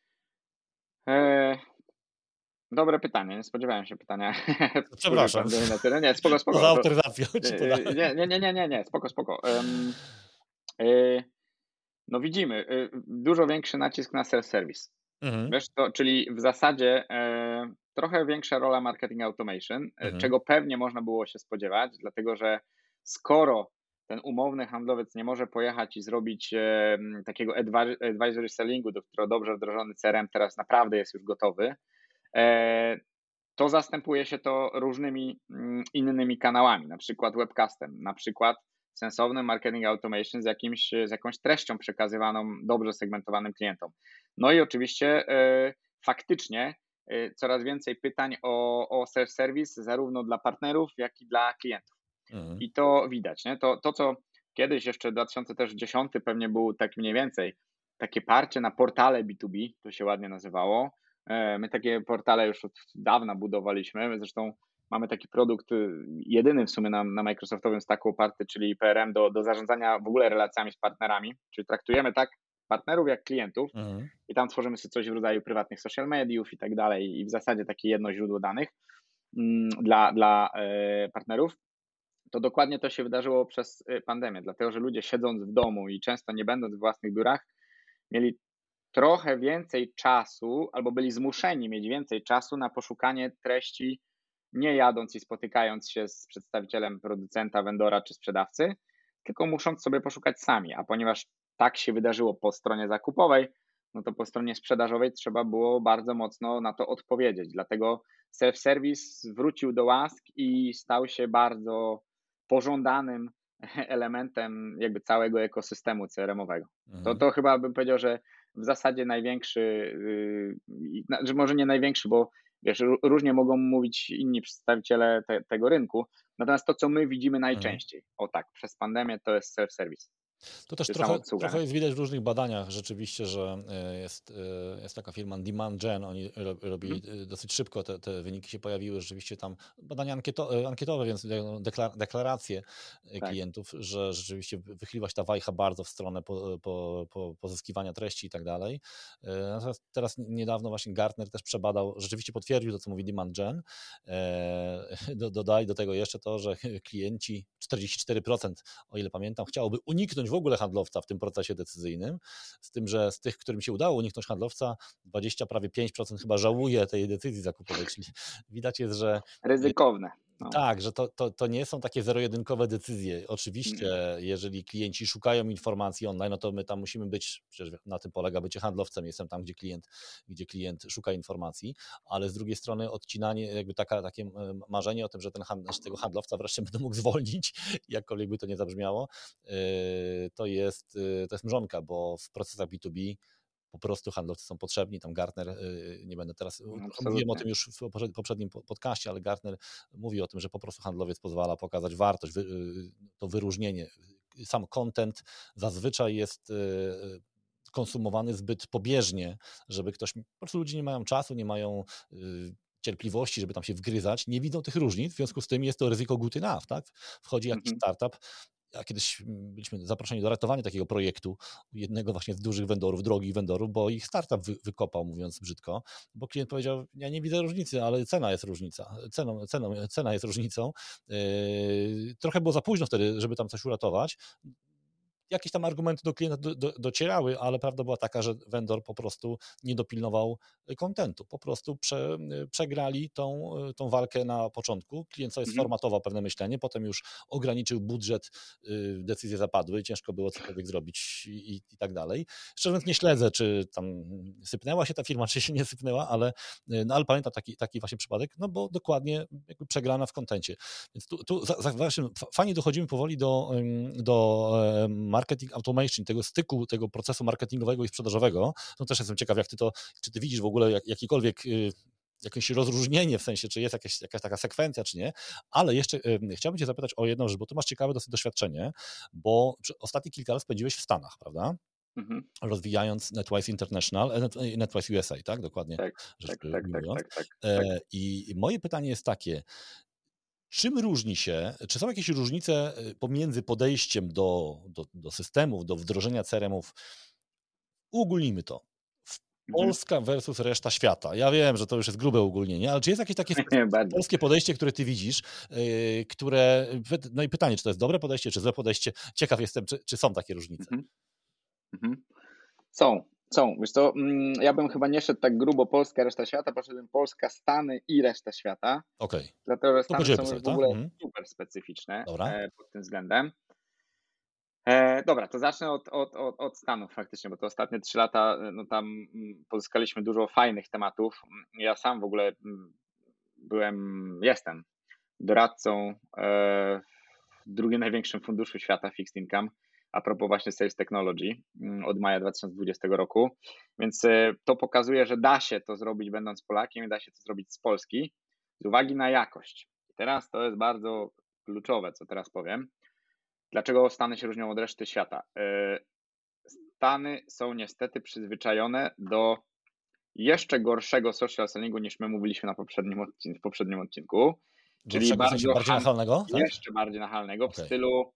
E, dobre pytanie, nie spodziewałem się pytania. Przepraszam. Na tyle. Nie, spoko, spoko. Poza autoryzacją ci nie, nie, nie, nie, nie, nie, spoko, spoko. Um, e, no widzimy, dużo większy nacisk na self-service. Mhm. Wiesz, to, czyli w zasadzie e, trochę większa rola marketing automation, mhm. czego pewnie można było się spodziewać, dlatego że skoro ten umowny handlowiec nie może pojechać i zrobić e, takiego advisory sellingu, do którego dobrze wdrożony C R M teraz naprawdę jest już gotowy, e, to zastępuje się to różnymi mm, innymi kanałami, na przykład webcastem, na przykład sensowny marketing automation z, jakimś, z jakąś treścią przekazywaną dobrze segmentowanym klientom. No i oczywiście e, faktycznie e, coraz więcej pytań o, o self-service zarówno dla partnerów, jak i dla klientów. Mhm. I to widać. Nie? To, to, co kiedyś jeszcze dwa tysiące dziesiąty pewnie był tak mniej więcej takie parcie na portale B dwa B, to się ładnie nazywało. E, my takie portale już od dawna budowaliśmy, zresztą mamy taki produkt jedyny w sumie na, na Microsoftowym stacku oparty, czyli P R M do, do zarządzania w ogóle relacjami z partnerami, czyli traktujemy tak partnerów jak klientów mhm. i tam tworzymy sobie coś w rodzaju prywatnych social mediów i tak dalej i w zasadzie takie jedno źródło danych mm, dla, dla e, partnerów. To dokładnie to się wydarzyło przez pandemię, dlatego że ludzie siedząc w domu i często nie będąc w własnych biurach mieli trochę więcej czasu albo byli zmuszeni mieć więcej czasu na poszukanie treści nie jadąc i spotykając się z przedstawicielem producenta, vendora czy sprzedawcy, tylko musząc sobie poszukać sami. A ponieważ tak się wydarzyło po stronie zakupowej, no to po stronie sprzedażowej trzeba było bardzo mocno na to odpowiedzieć. Dlatego self-service wrócił do łask i stał się bardzo pożądanym elementem jakby całego ekosystemu C R M-owego. Mhm. To, to chyba bym powiedział, że w zasadzie największy, yy, znaczy może nie największy, bo wiesz, różnie mogą mówić inni przedstawiciele te, tego rynku, natomiast to, co my widzimy najczęściej, o tak, przez pandemię, to jest self-service. To też Czy trochę, samoobsługa. trochę jest widać w różnych badaniach rzeczywiście, że e, jest, e, jest taka firma Demand Gen, oni ro- robili Mhm. e, dosyć szybko, te, te wyniki się pojawiły, rzeczywiście tam badania ankieto, e, ankietowe, więc no, dekla- deklaracje e, Tak. klientów, że rzeczywiście wychyliła się ta wajcha bardzo w stronę po, po, po pozyskiwania treści i tak dalej. E, Natomiast teraz niedawno właśnie Gartner też przebadał, rzeczywiście potwierdził to, co mówi Demand Gen. E, do, dodali do tego jeszcze to, że klienci, czterdzieści cztery procent, o ile pamiętam, chciałoby uniknąć w ogóle handlowca w tym procesie decyzyjnym, z tym, że z tych, którym się udało uniknąć handlowca, dwadzieścia, prawie pięć procent chyba żałuje tej decyzji zakupowej, czyli widać jest, że Ryzykowne. No. tak, że to, to, to nie są takie zero-jedynkowe decyzje. Oczywiście, Mm. jeżeli klienci szukają informacji online, no to my tam musimy być, przecież na tym polega bycie handlowcem, jestem tam, gdzie klient, gdzie klient szuka informacji, ale z drugiej strony odcinanie, jakby taka, takie m, marzenie o tym, że ten hand, że tego handlowca wreszcie będę mógł zwolnić, jakkolwiek by to nie zabrzmiało, yy, to jest, yy, to jest mrzonka, bo w procesach B dwa B po prostu handlowcy są potrzebni. Tam Gartner, yy, nie będę teraz, Absolutnie. mówiłem o tym już w poprzed- poprzednim po- podcaście, ale Gartner mówi o tym, że po prostu handlowiec pozwala pokazać wartość, wy, yy, to wyróżnienie. Sam content zazwyczaj jest yy, konsumowany zbyt pobieżnie, żeby ktoś, po prostu ludzie nie mają czasu, nie mają yy, cierpliwości, żeby tam się wgryzać, nie widzą tych różnic, w związku z tym jest to ryzyko good enough, tak? Wchodzi jakiś Mhm. startup, a kiedyś byliśmy zaproszeni do ratowania takiego projektu jednego właśnie z dużych vendorów, drogich vendorów, bo ich startup wy, wykopał, mówiąc brzydko, bo klient powiedział, ja nie widzę różnicy, ale cena jest różnica, ceną, ceną, cena jest różnicą. Yy, trochę było za późno wtedy, żeby tam coś uratować. Jakieś tam argumenty do klienta do, do, docierały, ale prawda była taka, że vendor po prostu nie dopilnował kontentu. Po prostu prze, przegrali tą, tą walkę na początku. Klient sobie Mhm. sformatował pewne myślenie, potem już ograniczył budżet, decyzje zapadły, ciężko było cokolwiek zrobić i, i, i tak dalej. Szczerze mówiąc nie śledzę, czy tam sypnęła się ta firma, czy się nie sypnęła, ale, no, ale pamiętam taki, taki właśnie przypadek, no bo dokładnie jakby przegrana w kontencie. Więc tu, tu za, za, fajnie dochodzimy powoli do, do marketing automation, tego styku, tego procesu marketingowego i sprzedażowego. No też jestem ciekaw, jak ty to, czy ty widzisz w ogóle jak, jakikolwiek jakieś rozróżnienie, w sensie, czy jest jakaś, jakaś taka sekwencja, czy nie, ale jeszcze y, chciałbym cię zapytać o jedną rzecz, bo ty masz ciekawe dosyć doświadczenie, bo ostatnie kilka lat spędziłeś w Stanach, prawda? Mhm. Rozwijając NetWise International, NetWise U S A, tak? Dokładnie tak, rzecz tak, tak, tak, ujmując. tak, tak, E, tak. I moje pytanie jest takie, czym różni się, czy są jakieś różnice pomiędzy podejściem do, do, do systemów, do wdrożenia C R M-ów? Uogólnijmy to. Polska versus reszta świata. Ja wiem, że to już jest grube ogólnienie, ale czy jest jakieś takie polskie podejście, które ty widzisz, yy, które, no i pytanie, czy to jest dobre podejście, czy złe podejście? Ciekaw jestem, czy, czy są takie różnice. Mhm. Mhm. Są, są. Wiesz co, ja bym chyba nie szedł tak grubo Polska, reszta świata, poszedłem Polska, Stany i reszta świata. Okej. Okay. Dlatego, że Stany są sobie, w ogóle mhm. super specyficzne Dobra. pod tym względem. E, dobra, to zacznę od, od, od, od Stanów faktycznie, bo to ostatnie trzy lata, no tam pozyskaliśmy dużo fajnych tematów. Ja sam w ogóle byłem, jestem doradcą w drugim największym funduszu świata Fixed Income, a propos właśnie Sales Technology od maja dwa tysiące dwudziestego roku, więc to pokazuje, że da się to zrobić będąc Polakiem i da się to zrobić z Polski z uwagi na jakość. I teraz to jest bardzo kluczowe, co teraz powiem. Dlaczego Stany się różnią od reszty świata? Stany są niestety przyzwyczajone do jeszcze gorszego social sellingu niż my mówiliśmy na poprzednim odcinku, w poprzednim odcinku. Czyli bardzo w sensie bardziej nachalnego? Tak? Jeszcze bardziej nachalnego w okay. stylu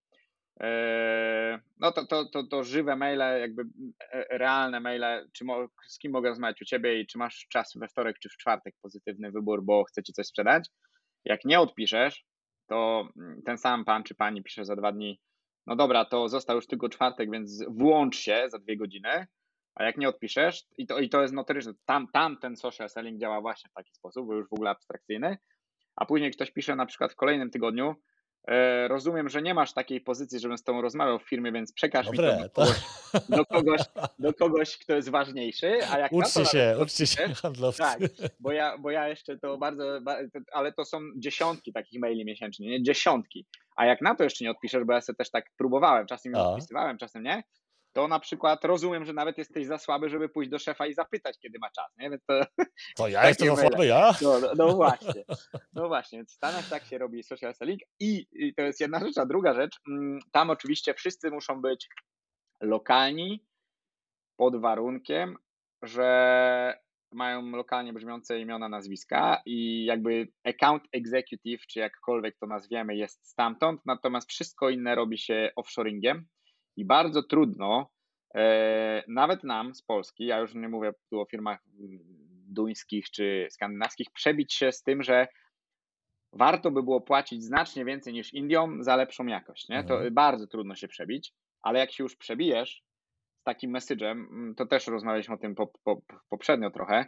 e, no to, to, to, to żywe maile, jakby realne maile, czy mo, z kim mogę rozmawiać u ciebie i czy masz czas we wtorek czy w czwartek, pozytywny wybór, bo chcę ci coś sprzedać. Jak nie odpiszesz, to ten sam pan czy pani pisze za dwa dni, no dobra, to został już tylko czwartek, więc włącz się za dwie godziny, a jak nie odpiszesz, i to, i to jest notoryczne, tam, tam ten social selling działa właśnie w taki sposób, bo już w ogóle abstrakcyjny, a później ktoś pisze na przykład w kolejnym tygodniu, e, rozumiem, że nie masz takiej pozycji, żebym z tobą rozmawiał w firmie, więc przekaż mi to Dobre, do to kogoś, do kogoś, do kogoś, kto jest ważniejszy, a jak na to uczcie nawet się, ktoś uczcie się pisze, handlowcy. tak, bo ja, bo ja jeszcze to bardzo, ba- to- ale to są dziesiątki takich maili miesięcznie, nie? Dziesiątki. A jak na to jeszcze nie odpiszesz, bo ja sobie też tak próbowałem, czasem mi A, odpisywałem, czasem nie, to na przykład rozumiem, że nawet jesteś za słaby, żeby pójść do szefa i zapytać, kiedy ma czas, nie? Więc to to ja jestem takie za maile. słaby, ja? No, no, no właśnie, no właśnie, więc w Stanach tak się robi social selling i, i to jest jedna rzecz, a druga rzecz, mm, tam oczywiście wszyscy muszą być lokalni pod warunkiem, że mają lokalnie brzmiące imiona, nazwiska i jakby account executive, czy jakkolwiek to nazwiemy, jest stamtąd, natomiast wszystko inne robi się offshoringiem i bardzo trudno, e, nawet nam z Polski, ja już nie mówię tu o firmach mm, duńskich czy skandynawskich, przebić się z tym, że warto by było płacić znacznie więcej niż Indiom za lepszą jakość, nie? To Mhm. bardzo trudno się przebić, ale jak się już przebijesz z takim message'em, to też rozmawialiśmy o tym po, po, poprzednio trochę,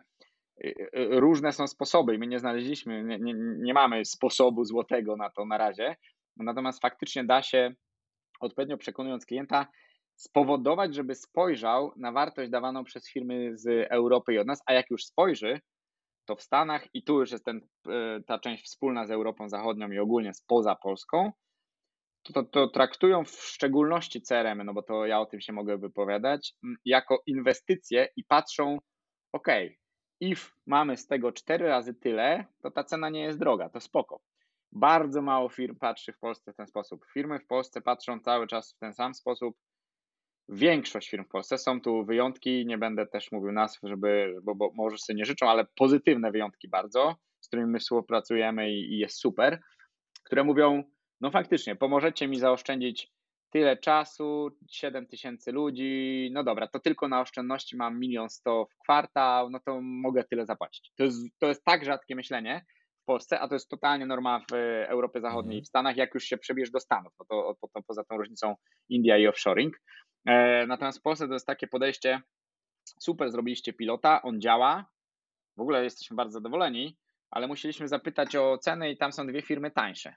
różne są sposoby i my nie znaleźliśmy, nie, nie, nie mamy sposobu złotego na to na razie, natomiast faktycznie da się, odpowiednio przekonując klienta, spowodować, żeby spojrzał na wartość dawaną przez firmy z Europy i od nas, a jak już spojrzy, to w Stanach i tu już jest ten, ta część wspólna z Europą Zachodnią i ogólnie spoza Polską, to, to, to traktują w szczególności C R M-y, no bo to ja o tym się mogę wypowiadać, jako inwestycje i patrzą, ok, if mamy z tego cztery razy tyle, to ta cena nie jest droga, to spoko. Bardzo mało firm patrzy w Polsce w ten sposób. Firmy w Polsce patrzą cały czas w ten sam sposób. Większość firm w Polsce, są tu wyjątki, nie będę też mówił nazw, żeby, bo, bo może sobie nie życzą, ale pozytywne wyjątki bardzo, z którymi my współpracujemy i, i jest super, które mówią, no faktycznie, pomożecie mi zaoszczędzić tyle czasu, siedem tysięcy ludzi, no dobra, to tylko na oszczędności mam milion sto w kwartał, no to mogę tyle zapłacić. To jest, to jest tak rzadkie myślenie w Polsce, a to jest totalnie norma w Europie Zachodniej i Mhm. w Stanach, jak już się przebierz do Stanów, no to, to, to poza tą różnicą India i offshoring. E, natomiast w Polsce to jest takie podejście, super, zrobiliście pilota, on działa, w ogóle jesteśmy bardzo zadowoleni, ale musieliśmy zapytać o cenę i tam są dwie firmy tańsze.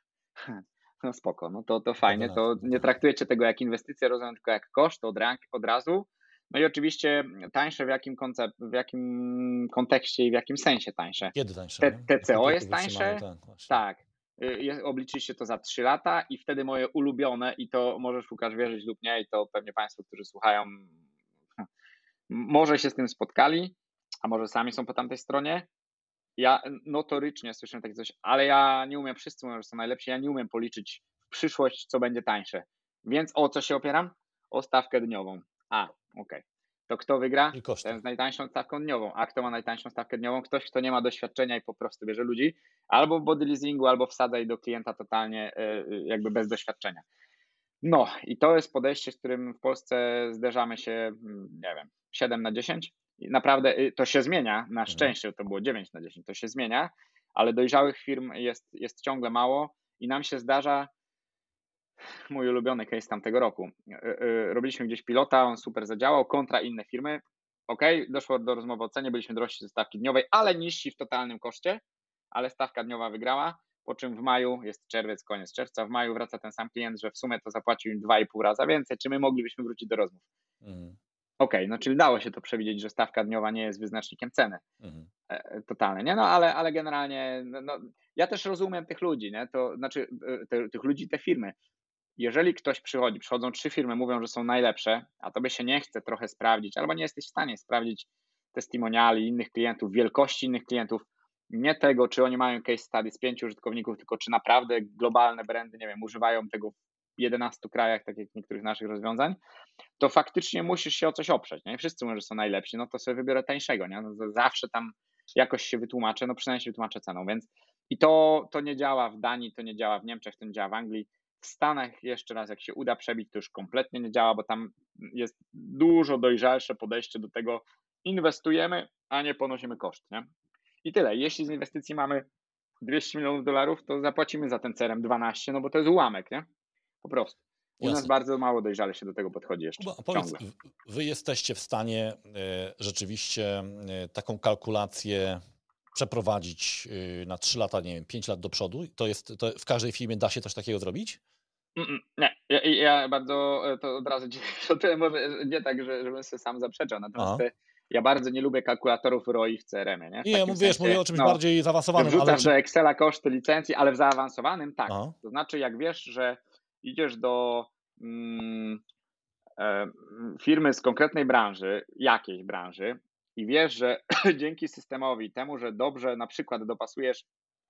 No spoko, no to, to fajnie, to nie traktujecie tego jak inwestycję, rozumiem, tylko jak koszt od, od razu. No i oczywiście tańsze w jakim, koncept, w jakim kontekście i w jakim sensie tańsze. Kiedy tańsze? T- Nie? T C O Kiedy jest tańsze, tak, właśnie. tak. Y, Obliczyliście to za trzy lata i wtedy moje ulubione, i to możesz, Łukasz, wierzyć lub nie, i to pewnie Państwo, którzy słuchają, może się z tym spotkali, a może sami są po tamtej stronie. Ja notorycznie słyszę takie coś, ale ja nie umiem, wszyscy mówią, że są najlepsi, ja nie umiem policzyć w przyszłość, co będzie tańsze. Więc o co się opieram? O stawkę dniową. A, okej. Okay. To kto wygra? Ten z najtańszą stawką dniową. A kto ma najtańszą stawkę dniową? Ktoś, kto nie ma doświadczenia i po prostu bierze ludzi albo w body leasingu, albo wsadza ich do klienta totalnie jakby bez doświadczenia. No i to jest podejście, z którym w Polsce zderzamy się, nie wiem, siedem na dziesięć. I naprawdę to się zmienia, na szczęście to było dziewięć na dziesięć, to się zmienia, ale dojrzałych firm jest, jest ciągle mało i nam się zdarza, mój ulubiony case tamtego roku, robiliśmy gdzieś pilota, on super zadziałał, kontra inne firmy, ok, doszło do rozmowy o cenie, byliśmy drożsi ze stawki dniowej, ale niżsi w totalnym koszcie, ale stawka dniowa wygrała, po czym w maju, jest czerwiec, koniec czerwca, w maju wraca ten sam klient, że w sumie to zapłacił im dwa i pół raza więcej, czy my moglibyśmy wrócić do rozmów? Mhm. Okej, okay, no czyli dało się to przewidzieć, że stawka dniowa nie jest wyznacznikiem ceny. Mhm. E, totalnie, nie? No ale, ale generalnie, no, no, ja też rozumiem tych ludzi, nie? To znaczy te, tych ludzi, te firmy. Jeżeli ktoś przychodzi, przychodzą trzy firmy, mówią, że są najlepsze, a tobie się nie chce trochę sprawdzić, albo nie jesteś w stanie sprawdzić testimoniali innych klientów, wielkości innych klientów, nie tego, czy oni mają case study z pięciu użytkowników, tylko czy naprawdę globalne brandy, nie wiem, używają tego w jedenastu krajach, tak jak niektórych naszych rozwiązań, to faktycznie musisz się o coś oprzeć, nie? Wszyscy mówią, że są najlepsi, no to sobie wybiorę tańszego, nie? No zawsze tam jakoś się wytłumaczę, no przynajmniej się wytłumaczę ceną, więc i to, to nie działa w Danii, to nie działa w Niemczech, to nie działa w Anglii. W Stanach jeszcze raz, jak się uda przebić, to już kompletnie nie działa, bo tam jest dużo dojrzalsze podejście do tego, inwestujemy, a nie ponosimy koszt, nie? I tyle. Jeśli z inwestycji mamy dwieście milionów dolarów, to zapłacimy za ten C R M dwanaście, no bo to jest ułamek, nie? Po prostu. U Jasne. Nas bardzo mało dojrzale się do tego podchodzi jeszcze. Kuba, powiedz, wy jesteście w stanie e, rzeczywiście e, taką kalkulację przeprowadzić na trzy lata, nie wiem, pięć lat do przodu? To jest, to w każdej firmie da się coś takiego zrobić? Mm, Nie, ja, ja bardzo e, to od razu ci to może nie tak, że, żebym sobie sam zaprzeczał, natomiast Aha. e, ja bardzo nie lubię kalkulatorów R O I w C R M-ie, nie? W Nie, ja takim mówię, wiesz, sensie, mówię o czymś no, bardziej że zaawansowanym, ale wrzucasz czy... do Excela koszty licencji, ale w zaawansowanym tak. Aha. To znaczy, jak wiesz, że idziesz do mm, e, firmy z konkretnej branży, jakiejś branży i wiesz, że dzięki systemowi, temu, że dobrze na przykład dopasujesz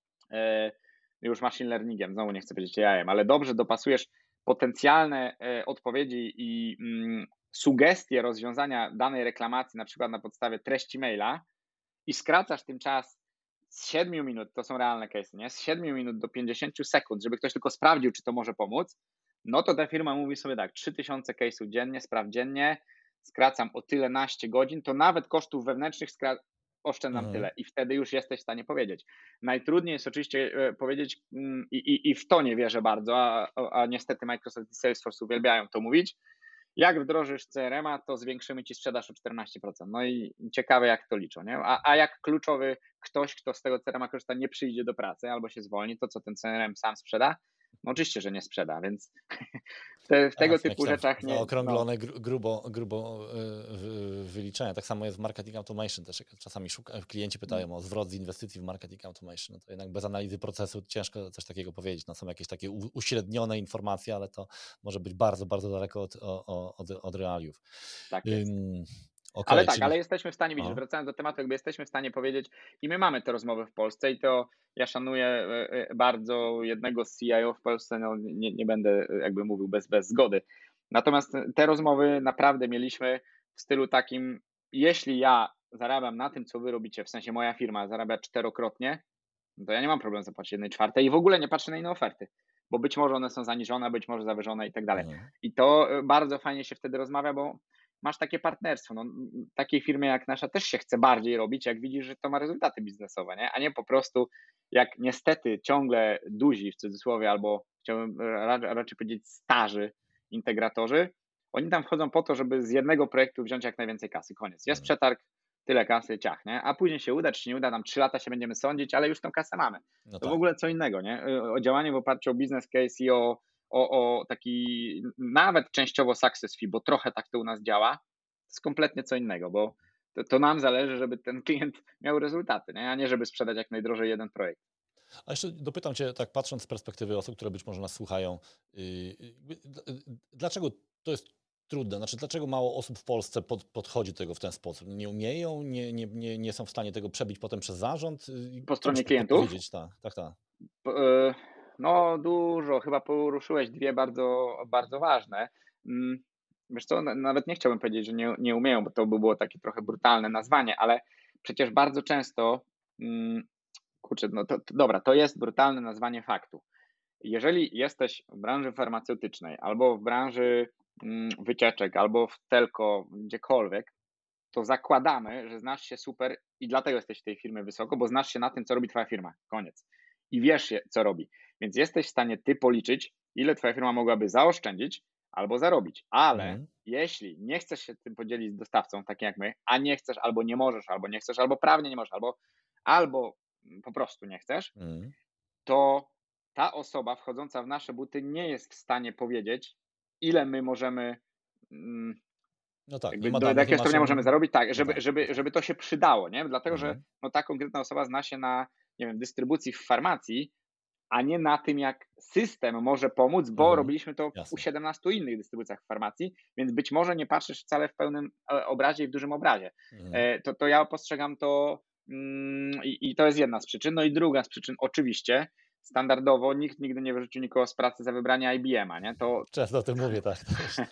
e, już machine learningiem, znowu nie chcę powiedzieć jajem, ale dobrze dopasujesz potencjalne e, odpowiedzi i mm, sugestie rozwiązania danej reklamacji, na przykład na podstawie treści maila i skracasz tym czas z siedmiu minut, to są realne case'y, nie? Z siedmiu minut do pięćdziesięciu sekund, żeby ktoś tylko sprawdził, czy to może pomóc, no to ta firma mówi sobie tak, trzy tysiące case'ów dziennie, spraw dziennie, skracam o tyle naście godzin, to nawet kosztów wewnętrznych skra- oszczędzam Mhm. tyle i wtedy już jesteś w stanie powiedzieć. Najtrudniej jest oczywiście e, powiedzieć mm, i, i, i w to nie wierzę bardzo, a, a, a niestety Microsoft i Salesforce uwielbiają to mówić. Jak wdrożysz C R M-a, to zwiększymy ci sprzedaż o czternaście procent. No i ciekawe, jak to liczą, nie? A, a jak kluczowy ktoś, kto z tego C R M-a korzysta, nie przyjdzie do pracy albo się zwolni, to co ten C R M sam sprzeda? No oczywiście, że nie sprzeda, więc te, w tego A, są typu jakieś tam rzeczach nie. No, zaokrąglone, gru- grubo, grubo y, wy- wyliczenia. Tak samo jest w marketing automation też. Jak czasami szuka, klienci pytają o zwrot z inwestycji w marketing automation. No to jednak bez analizy procesu ciężko coś takiego powiedzieć. No są jakieś takie u- uśrednione informacje, ale to może być bardzo, bardzo daleko od, o- o- od, od realiów. tak jest. Ym, Ale Okej, tak, czyli... ale jesteśmy w stanie, widzisz, Aha. wracając do tematu, jakby jesteśmy w stanie powiedzieć i my mamy te rozmowy w Polsce i to ja szanuję e, e, bardzo jednego z C I O w Polsce, no nie, nie będę e, jakby mówił bez, bez zgody. Natomiast te rozmowy naprawdę mieliśmy w stylu takim, jeśli ja zarabiam na tym, co wy robicie, w sensie moja firma zarabia czterokrotnie, no to ja nie mam problemu zapłacić jednej czwartej i w ogóle nie patrzę na inne oferty, bo być może one są zaniżone, być może zawyżone i tak dalej. Mhm. I to e, bardzo fajnie się wtedy rozmawia, bo masz takie partnerstwo. No, takiej firmie jak nasza też się chce bardziej robić, jak widzisz, że to ma rezultaty biznesowe, nie? A nie po prostu jak niestety ciągle duzi w cudzysłowie, albo chciałbym ra- raczej powiedzieć starzy integratorzy, oni tam wchodzą po to, żeby z jednego projektu wziąć jak najwięcej kasy. Koniec. Jest Mhm. przetarg, tyle kasy, ciach, nie? A później się uda, czy się nie uda, tam trzy lata się będziemy sądzić, ale już tą kasę mamy. No To tak. w ogóle co innego, nie? O działanie w oparciu o business case i o o, o taki nawet częściowo success fee, bo trochę tak to u nas działa, to jest kompletnie co innego, bo to, to nam zależy, żeby ten klient miał rezultaty, nie? A nie żeby sprzedać jak najdrożej jeden projekt. A jeszcze dopytam Cię, tak patrząc z perspektywy osób, które być może nas słuchają, yy, yy, dlaczego to jest trudne? Znaczy, dlaczego mało osób w Polsce pod, podchodzi do tego w ten sposób? Nie umieją, nie, nie, nie, nie są w stanie tego przebić potem przez zarząd? Yy, Po co stronie byś mógł klientów? powiedzieć? Tak, tak, tak. P- No dużo, chyba poruszyłeś dwie bardzo, bardzo ważne. Mm, Wiesz co, na- nawet nie chciałbym powiedzieć, że nie, nie umieją, bo to by było takie trochę brutalne nazwanie, ale przecież bardzo często, mm, kurczę, no to, to dobra, to jest brutalne nazwanie faktu. Jeżeli jesteś w branży farmaceutycznej albo w branży mm, wycieczek, albo w telko, gdziekolwiek, to zakładamy, że znasz się super i dlatego jesteś w tej firmie wysoko, bo znasz się na tym, co robi twoja firma. Koniec. I wiesz, się, co robi. Więc jesteś w stanie ty policzyć, ile twoja firma mogłaby zaoszczędzić albo zarobić. Ale Mhm. jeśli nie chcesz się tym podzielić z dostawcą, tak jak my, a nie chcesz, albo nie możesz, albo nie chcesz, albo prawnie nie możesz, albo, albo po prostu nie chcesz, Mhm. to ta osoba wchodząca w nasze buty nie jest w stanie powiedzieć, ile my możemy, mm, No tak, jakby nie ma do, do danych, nie jakiego ma stopnia czym... możemy zarobić, tak, No żeby, tak, żeby, no tak. żeby to się przydało, nie? Dlatego, że Mhm. no, ta konkretna osoba zna się na, nie wiem, dystrybucji w farmacji, a nie na tym, jak system może pomóc, bo Mhm. robiliśmy to u Jasne. siedemnastu innych dystrybucjach w farmacji, więc być może nie patrzysz wcale w pełnym e, obrazie i w dużym obrazie. Mhm. E, To, to ja postrzegam to mm, i, i to jest jedna z przyczyn. No i druga z przyczyn, oczywiście, standardowo nikt nigdy nie wyrzucił nikogo z pracy za wybranie I B M-a, nie? To, Często o tym mówię, tak.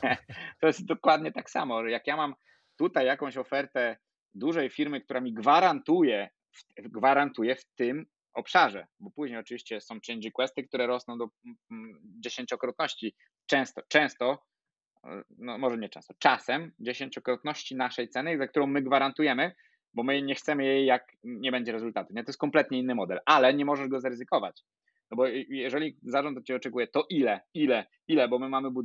to jest dokładnie tak samo. Jak ja mam tutaj jakąś ofertę dużej firmy, która mi gwarantuje, gwarantuje w tym obszarze, bo później oczywiście są change requesty, które rosną do mm, dziesięciokrotności, często, często, no może nie często, czasem dziesięciokrotności naszej ceny, za którą my gwarantujemy, bo my nie chcemy jej, jak nie będzie rezultatu. Nie? To jest kompletnie inny model, ale nie możesz go zaryzykować. No bo jeżeli zarząd od ciebie oczekuje, to ile, ile, ile, bo my mamy budżet,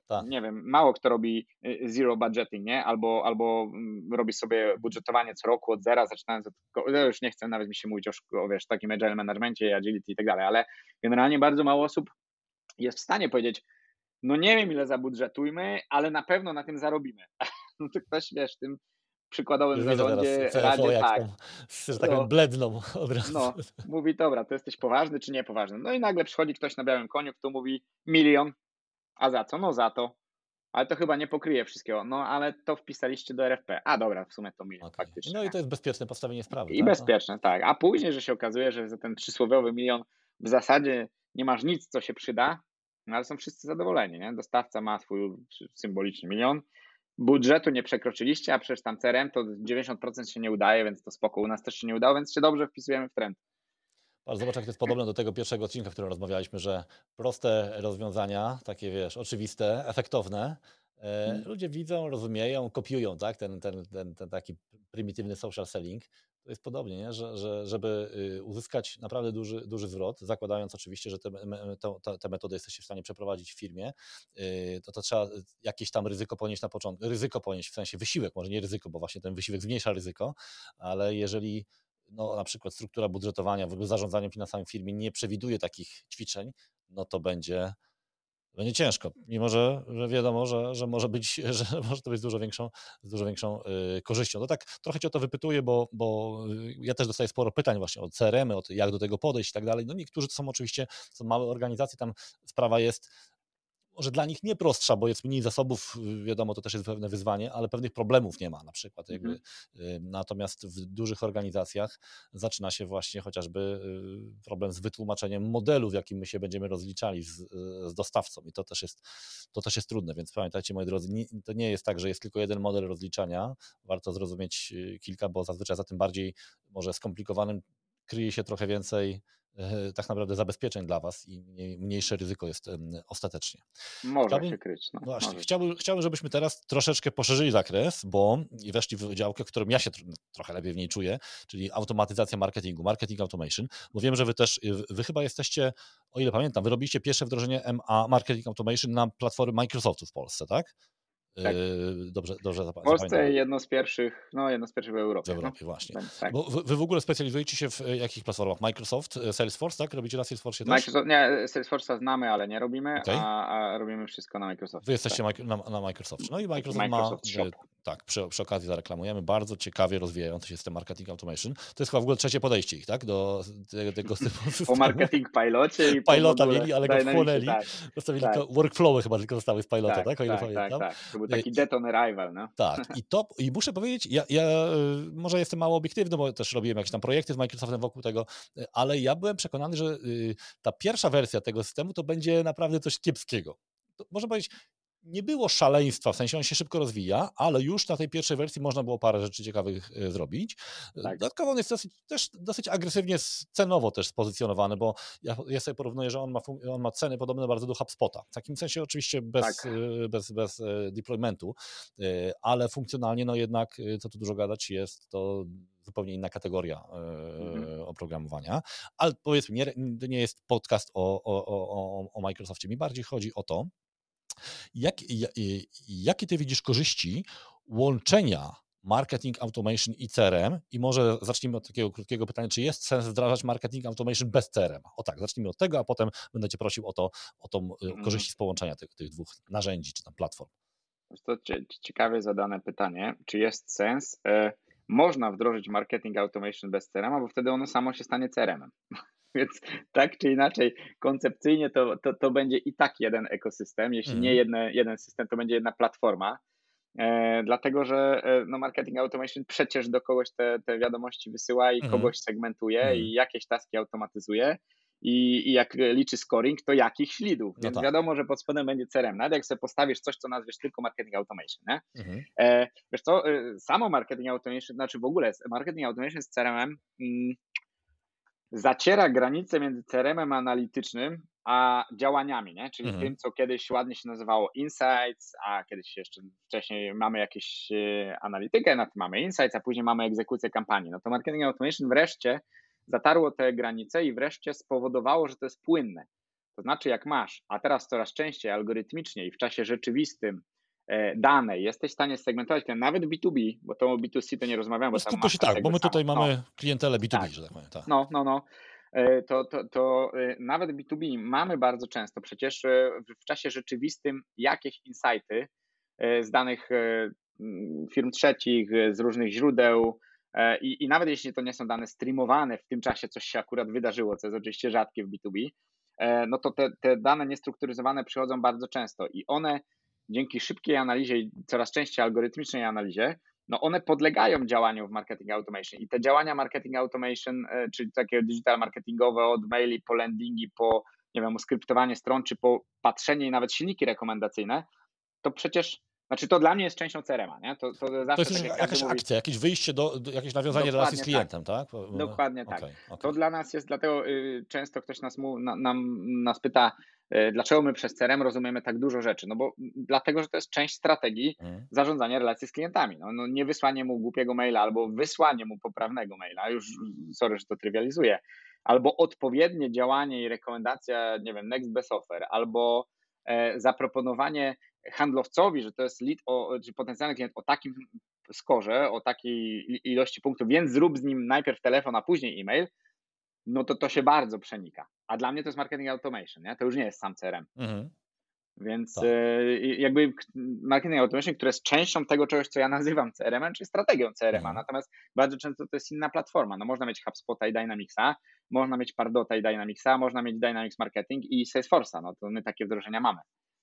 Tak. nie wiem, mało kto robi zero budgeting, nie? Albo, albo robi sobie budżetowanie co roku od zera, zaczynając od, ja już nie chcę nawet mi się mówić o, o wiesz, takim agile managemencie, agility i tak dalej, ale generalnie bardzo mało osób jest w stanie powiedzieć, no nie wiem ile zabudżetujmy, ale na pewno na tym zarobimy. No to ktoś, wiesz, w tym przykładowym Już widzę teraz zarządzie, C F O, radzie, jak tak, tam, że tak powiem, no, bledną od razu. no, mówi, dobra, to jesteś poważny czy niepoważny? No i nagle przychodzi ktoś na białym koniu, kto mówi milion, a za co? No za to. Ale to chyba nie pokryje wszystkiego. No ale to wpisaliście do R F P. A dobra, w sumie to milion Okay. faktycznie. No i to jest bezpieczne postawienie sprawy. I tak? bezpieczne, tak. A później, że się okazuje, że za ten przysłowiowy milion w zasadzie nie masz nic, co się przyda, no ale są wszyscy zadowoleni, nie? Dostawca ma swój symboliczny milion, budżetu nie przekroczyliście, a przecież tam C R M to dziewięćdziesiąt procent się nie udaje, więc to spoko, u nas też się nie udało, więc się dobrze wpisujemy w trend. Ale zobacz, jak to jest podobne do tego pierwszego odcinka, w którym rozmawialiśmy, że proste rozwiązania, takie wiesz, oczywiste, efektowne, e, Hmm. ludzie widzą, rozumieją, kopiują, tak? Ten, ten, ten, ten taki prymitywny social selling. To jest podobnie, nie? Że, że, żeby uzyskać naprawdę duży, duży zwrot, zakładając oczywiście, że te, te, te metody jesteście w stanie przeprowadzić w firmie, to, to trzeba jakieś tam ryzyko ponieść na początku. Ryzyko ponieść, w sensie wysiłek, może nie ryzyko, bo właśnie ten wysiłek zmniejsza ryzyko, ale jeżeli no, na przykład struktura budżetowania w zarządzaniu finansami w firmie nie przewiduje takich ćwiczeń, no to będzie, będzie ciężko, mimo że, że wiadomo, że, że, może być, że może to być z dużo większą, z dużo większą yy, korzyścią. No tak trochę Cię o to wypytuję, bo, bo ja też dostaję sporo pytań właśnie od C R M y, od jak do tego podejść i tak dalej. No niektórzy to są oczywiście, są małe organizacje, tam sprawa jest może dla nich nie prostsza, bo jest mniej zasobów, wiadomo, to też jest pewne wyzwanie, ale pewnych problemów nie ma na przykład. Jakby, mm-hmm. Natomiast w dużych organizacjach zaczyna się właśnie chociażby problem z wytłumaczeniem modelu, w jakim my się będziemy rozliczali z, z dostawcą i to też, jest, to też jest trudne, więc pamiętajcie, moi drodzy, nie, to nie jest tak, że jest tylko jeden model rozliczania, warto zrozumieć kilka, bo zazwyczaj za tym bardziej może skomplikowanym kryje się trochę więcej tak naprawdę zabezpieczeń dla Was i mniej, mniejsze ryzyko jest ostatecznie. Może chciałbym, się kryć. No, właśnie, może. Chciałbym, chciałbym, żebyśmy teraz troszeczkę poszerzyli zakres, bo i weszli w działkę, w którym ja się trochę lepiej w niej czuję, czyli automatyzacja marketingu, marketing automation, bo wiem, że Wy też, Wy chyba jesteście, o ile pamiętam, Wy robiliście pierwsze wdrożenie M A Marketing Automation na platformy Microsoftu w Polsce, tak? Tak. Dobrze, dobrze zapamiętam. W Polsce jedno z pierwszych, no jedno z pierwszych w Europie. W Europie, no. Właśnie. Tak. Bo wy, wy w ogóle specjalizujecie się w jakich platformach? Microsoft, Salesforce, tak? Robicie na Salesforce też? Microsoft, nie, Salesforce'a znamy, ale nie robimy, okay. a, a robimy wszystko na Microsoft. Wy jesteście tak. na, na Microsoft. No i Microsoft, Microsoft ma, tak, przy, przy okazji zareklamujemy, bardzo ciekawie rozwijający się system marketing automation. To jest chyba w ogóle trzecie podejście ich, tak? Do tego, tego systemu. Po marketing pilocie i po Pilota mieli, ale go wchłonęli. Tak, Zostawili tak. tylko workflowy chyba tylko zostały z pilota, tak? tak? O ile tak, pamiętam. Tak, tak. To był taki dead on arrival, no. Tak, i to, i muszę powiedzieć, ja, ja może jestem mało obiektywny, bo też robiłem jakieś tam projekty z Microsoftem wokół tego, ale ja byłem przekonany, że ta pierwsza wersja tego systemu to będzie naprawdę coś kiepskiego. To, można powiedzieć, nie było szaleństwa, w sensie on się szybko rozwija, ale już na tej pierwszej wersji można było parę rzeczy ciekawych zrobić. Tak. Dodatkowo on jest dosyć, też dosyć agresywnie cenowo też spozycjonowany, bo ja, ja sobie porównuję, że on ma, on ma ceny podobne bardzo do HubSpota. W takim sensie oczywiście bez, tak. bez, bez deploymentu, ale funkcjonalnie no jednak, co tu dużo gadać, jest to zupełnie inna kategoria mhm. oprogramowania, ale powiedzmy, nie, to nie jest podcast o, o, o, o Microsoftie, mi bardziej chodzi o to, Jak, jakie ty widzisz korzyści łączenia marketing automation i C R M? I może zacznijmy od takiego krótkiego pytania, czy jest sens wdrażać marketing automation bez C R M? O tak, zacznijmy od tego, a potem będę cię prosił o to, o tą mm. korzyści z połączenia tych, tych dwóch narzędzi czy tam platform. To ciekawie zadane pytanie, czy jest sens? E, można wdrożyć marketing automation bez C R M, bo wtedy ono samo się stanie C R M-em. Więc tak czy inaczej, koncepcyjnie to, to, to będzie i tak jeden ekosystem, jeśli mm. nie jedne, jeden system, to będzie jedna platforma, e, dlatego że e, no marketing automation przecież do kogoś te, te wiadomości wysyła i mm. kogoś segmentuje mm. i jakieś taski automatyzuje i, i jak liczy scoring, to jakichś leadów, więc no tak. wiadomo, że pod spodem będzie C R M, nawet jak sobie postawisz coś, co nazwiesz tylko marketing automation, nie? Mm. E, wiesz co, e, samo marketing automation, znaczy w ogóle marketing automation z C R M-em mm, zaciera granice między C R M-em analitycznym a działaniami, nie? Czyli mhm. tym, co kiedyś ładnie się nazywało insights, a kiedyś jeszcze wcześniej mamy jakąś analitykę, na tym mamy insights, a później mamy egzekucję kampanii. No to marketing automation wreszcie zatarło te granice i wreszcie spowodowało, że to jest płynne. To znaczy, jak masz, a teraz coraz częściej algorytmicznie i w czasie rzeczywistym dane, jesteś w stanie segmentować ten nawet B dwa B, bo to o B dwa C to nie rozmawiamy, No bo tam skupmy masz się tak, bo my tutaj samo. mamy No, klientelę B dwa B, tak. że tak powiem. Tak. No, no, no. To, to, to nawet B dwa B mamy bardzo często przecież w czasie rzeczywistym jakieś insighty z danych firm trzecich, z różnych źródeł i, i nawet jeśli to nie są dane streamowane, w tym czasie coś się akurat wydarzyło, co jest oczywiście rzadkie w B dwa B, no to te, te dane niestrukturyzowane przychodzą bardzo często i one dzięki szybkiej analizie i coraz częściej algorytmicznej analizie, no one podlegają działaniom w marketing automation i te działania marketing automation, czyli takie digital marketingowe od maili po landingi, po nie wiem, skryptowanie stron, czy po patrzenie i nawet silniki rekomendacyjne, to przecież, znaczy to dla mnie jest częścią C R M-a, nie? To, to, zawsze, to jest tak już jak jakaś mówi, akcja, jakieś wyjście, do, do jakieś nawiązanie dokładnie relacji z tak. klientem, tak? Dokładnie tak. Okay, okay. To dla nas jest, dlatego y, często ktoś nas, mu, na, nam, nas pyta, y, dlaczego my przez C R M rozumiemy tak dużo rzeczy. No bo dlatego, że to jest część strategii hmm. zarządzania relacji z klientami. No, no nie wysłanie mu głupiego maila albo wysłanie mu poprawnego maila, już sorry, że to trywializuję, albo odpowiednie działanie i rekomendacja, nie wiem, next best offer, albo e, zaproponowanie handlowcowi, że to jest lead, o, czy potencjalny klient o takim skorze, o takiej ilości punktów, więc zrób z nim najpierw telefon, a później e-mail, no to to się bardzo przenika. A dla mnie to jest marketing automation, nie? To już nie jest sam C R M. Mhm. Więc tak. e, jakby marketing automation, który jest częścią tego czegoś, co ja nazywam C R M-em, czyli strategią C R M-a, mhm. natomiast bardzo często to jest inna platforma. No można mieć HubSpota i Dynamicsa, można mieć Pardota i Dynamicsa, można mieć Dynamics Marketing i Salesforce'a, no to my takie wdrożenia mamy.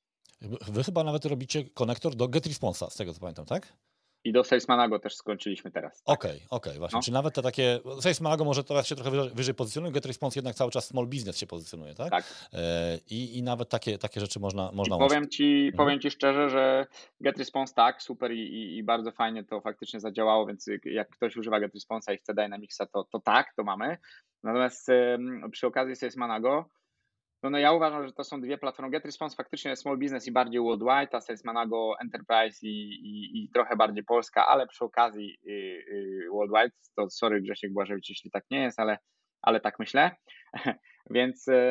Wy chyba nawet robicie konektor do GetResponse'a, z tego co pamiętam, tak? I do Salesmanago też skończyliśmy teraz. Okej, tak. okej, okay, właśnie. No. Czyli nawet te takie, Salesmanago może teraz się trochę wyżej, wyżej pozycjonuje, GetResponse jednak cały czas small business się pozycjonuje, tak? Tak. E, i, I nawet takie, takie rzeczy można, można I powiem ci, mhm. powiem ci szczerze, że GetResponse tak, super i, i, i bardzo fajnie to faktycznie zadziałało, więc jak ktoś używa GetResponse'a i chce Dynamicsa, to, to tak, to mamy. Natomiast um, przy okazji Salesmanago, no, no ja uważam, że to są dwie platformy. GetResponse faktycznie small business i bardziej worldwide, a Salesmanago enterprise i, i, i trochę bardziej polska, ale przy okazji y, y, worldwide, to sorry Grzesiek Błażewicz, jeśli tak nie jest, ale, ale tak myślę. Więc y,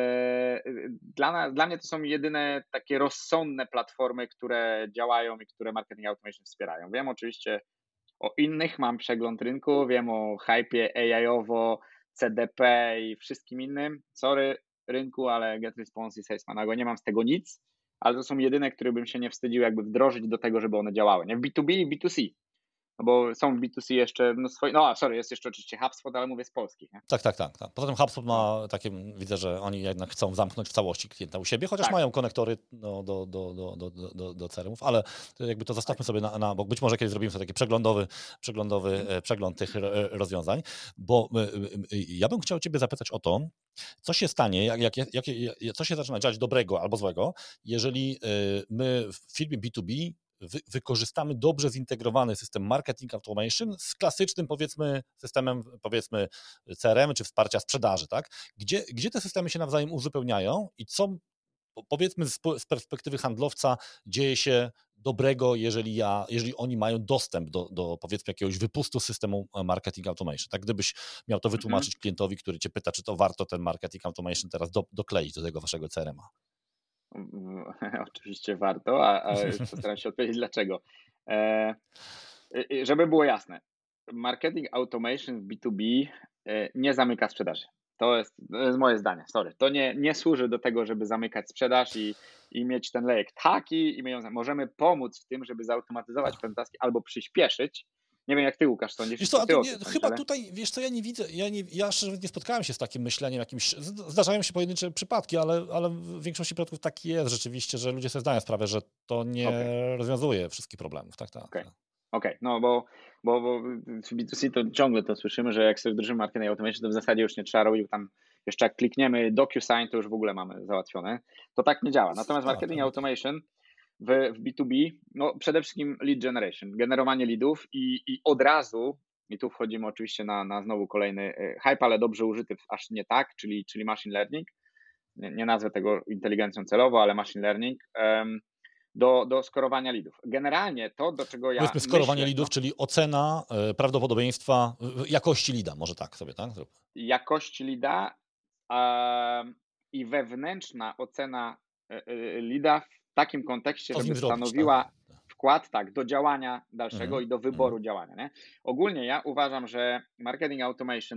dla, nas, dla mnie to są jedyne takie rozsądne platformy, które działają i które marketing automation wspierają. Wiem oczywiście o innych, mam przegląd rynku, wiem o hypie A I-owo, C D P i wszystkim innym. Sorry, rynku, ale GetResponse i Salesmanago, nie mam z tego nic, ale to są jedyne, które bym się nie wstydził jakby wdrożyć do tego, żeby one działały. Nie w B dwa B i B dwa C, no bo są w B dwa C jeszcze mnóstwo, no sorry, jest jeszcze oczywiście HubSpot, ale mówię z polskich. Nie? Tak, tak, tak, tak. Poza tym HubSpot ma takie, widzę, że oni jednak chcą zamknąć w całości klienta u siebie, chociaż tak. mają konektory no, do, do, do, do, do, do C R M-ów, ale jakby to zostawmy tak. sobie na, na, bo być może kiedyś zrobimy sobie taki przeglądowy, przeglądowy hmm. przegląd tych rozwiązań, bo ja bym chciał ciebie zapytać o to, co się stanie, jak, jak, jak, jak, co się zaczyna dziać dobrego albo złego, jeżeli my w firmie B dwa B wy, wykorzystamy dobrze zintegrowany system marketing automation z klasycznym, powiedzmy, systemem, powiedzmy, C R M czy wsparcia sprzedaży, tak? Gdzie, gdzie te systemy się nawzajem uzupełniają i co, powiedzmy, z, z perspektywy handlowca dzieje się dobrego, jeżeli, ja, jeżeli oni mają dostęp do, do, powiedzmy, jakiegoś wypustu systemu marketing automation. Tak, gdybyś miał to wytłumaczyć mhm. klientowi, który cię pyta, czy to warto ten marketing automation teraz do, dokleić do tego waszego C R M-a. Oczywiście warto, a, a postaram się odpowiedzieć dlaczego. E, żeby było jasne, marketing automation w B dwa B nie zamyka sprzedaży. To jest, to jest moje zdanie, sorry. To nie, nie służy do tego, żeby zamykać sprzedaż i, i mieć ten lejek taki i my ją, możemy pomóc w tym, żeby zautomatyzować pewne taski albo przyspieszyć. Nie wiem, jak ty, Łukasz, sądzisz. Wiesz co, ty nie, chyba ale... tutaj, wiesz co, ja nie widzę, ja, nie, ja szczerze nie spotkałem się z takim myśleniem jakimś, zdarzają się pojedyncze przypadki, ale, ale w większości przypadków tak jest rzeczywiście, że ludzie sobie zdają sprawę, że to nie okay. rozwiązuje wszystkich problemów, tak, tak. Okej, okay. okay. no bo, bo, bo w B dwa C to ciągle to słyszymy, że jak sobie wdrożymy marketing automation, to w zasadzie już nie trzeba robić tam, jeszcze jak klikniemy DocuSign, to już w ogóle mamy załatwione. To tak nie działa. Natomiast marketing tak, automation w, w B dwa B, no przede wszystkim lead generation, generowanie leadów i, i od razu, i tu wchodzimy oczywiście na, na znowu kolejny hype, ale dobrze użyty, aż nie tak, czyli, czyli machine learning, nie, nie nazwę tego inteligencją celowo, ale machine learning, um, do, do skorowania leadów. Generalnie to, do czego ja Powiedzmy skorowanie myślę, leadów, no, czyli ocena y, prawdopodobieństwa y, jakości leada, może tak sobie, tak? Jakości leada, um, i wewnętrzna ocena leada w takim kontekście, Co z nim żeby zrobić, stanowiła tak? wkład tak, do działania dalszego Mhm, i do wyboru mhm, działania. Nie? Ogólnie ja uważam, że marketing automation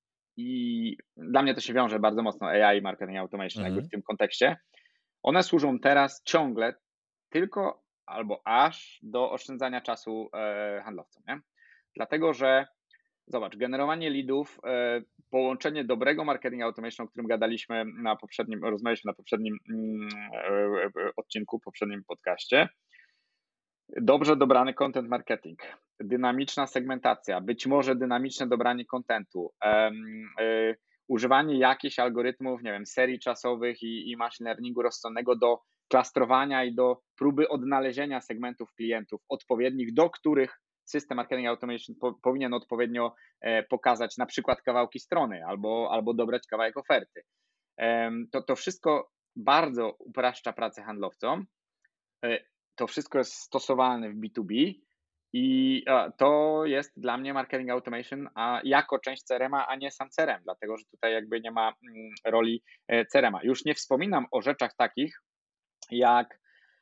i dla mnie to się wiąże bardzo mocno A I i marketing automation jakby w mhm. tym kontekście. One służą teraz ciągle tylko albo aż do oszczędzania czasu e, handlowcom. Nie? Dlatego, że zobacz, generowanie leadów, e, połączenie dobrego marketing automation, o którym gadaliśmy na poprzednim, rozmawialiśmy na poprzednim mm, e, e, odcinku, poprzednim podcaście. Dobrze dobrany content marketing, dynamiczna segmentacja, być może dynamiczne dobranie kontentu, um, y, używanie jakichś algorytmów, nie wiem, serii czasowych i, i machine learningu rozsądnego do klastrowania i do próby odnalezienia segmentów klientów odpowiednich, do których system marketing automation po, powinien odpowiednio e, pokazać na przykład kawałki strony albo, albo dobrać kawałek oferty. E, to, to wszystko bardzo upraszcza pracę handlowcom. E, to wszystko jest stosowane w B dwa B i to jest dla mnie marketing automation, a jako część C R M a, a nie sam C R M, dlatego że tutaj jakby nie ma roli C R M a. Już nie wspominam o rzeczach takich jak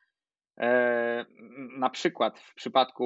e, na przykład w przypadku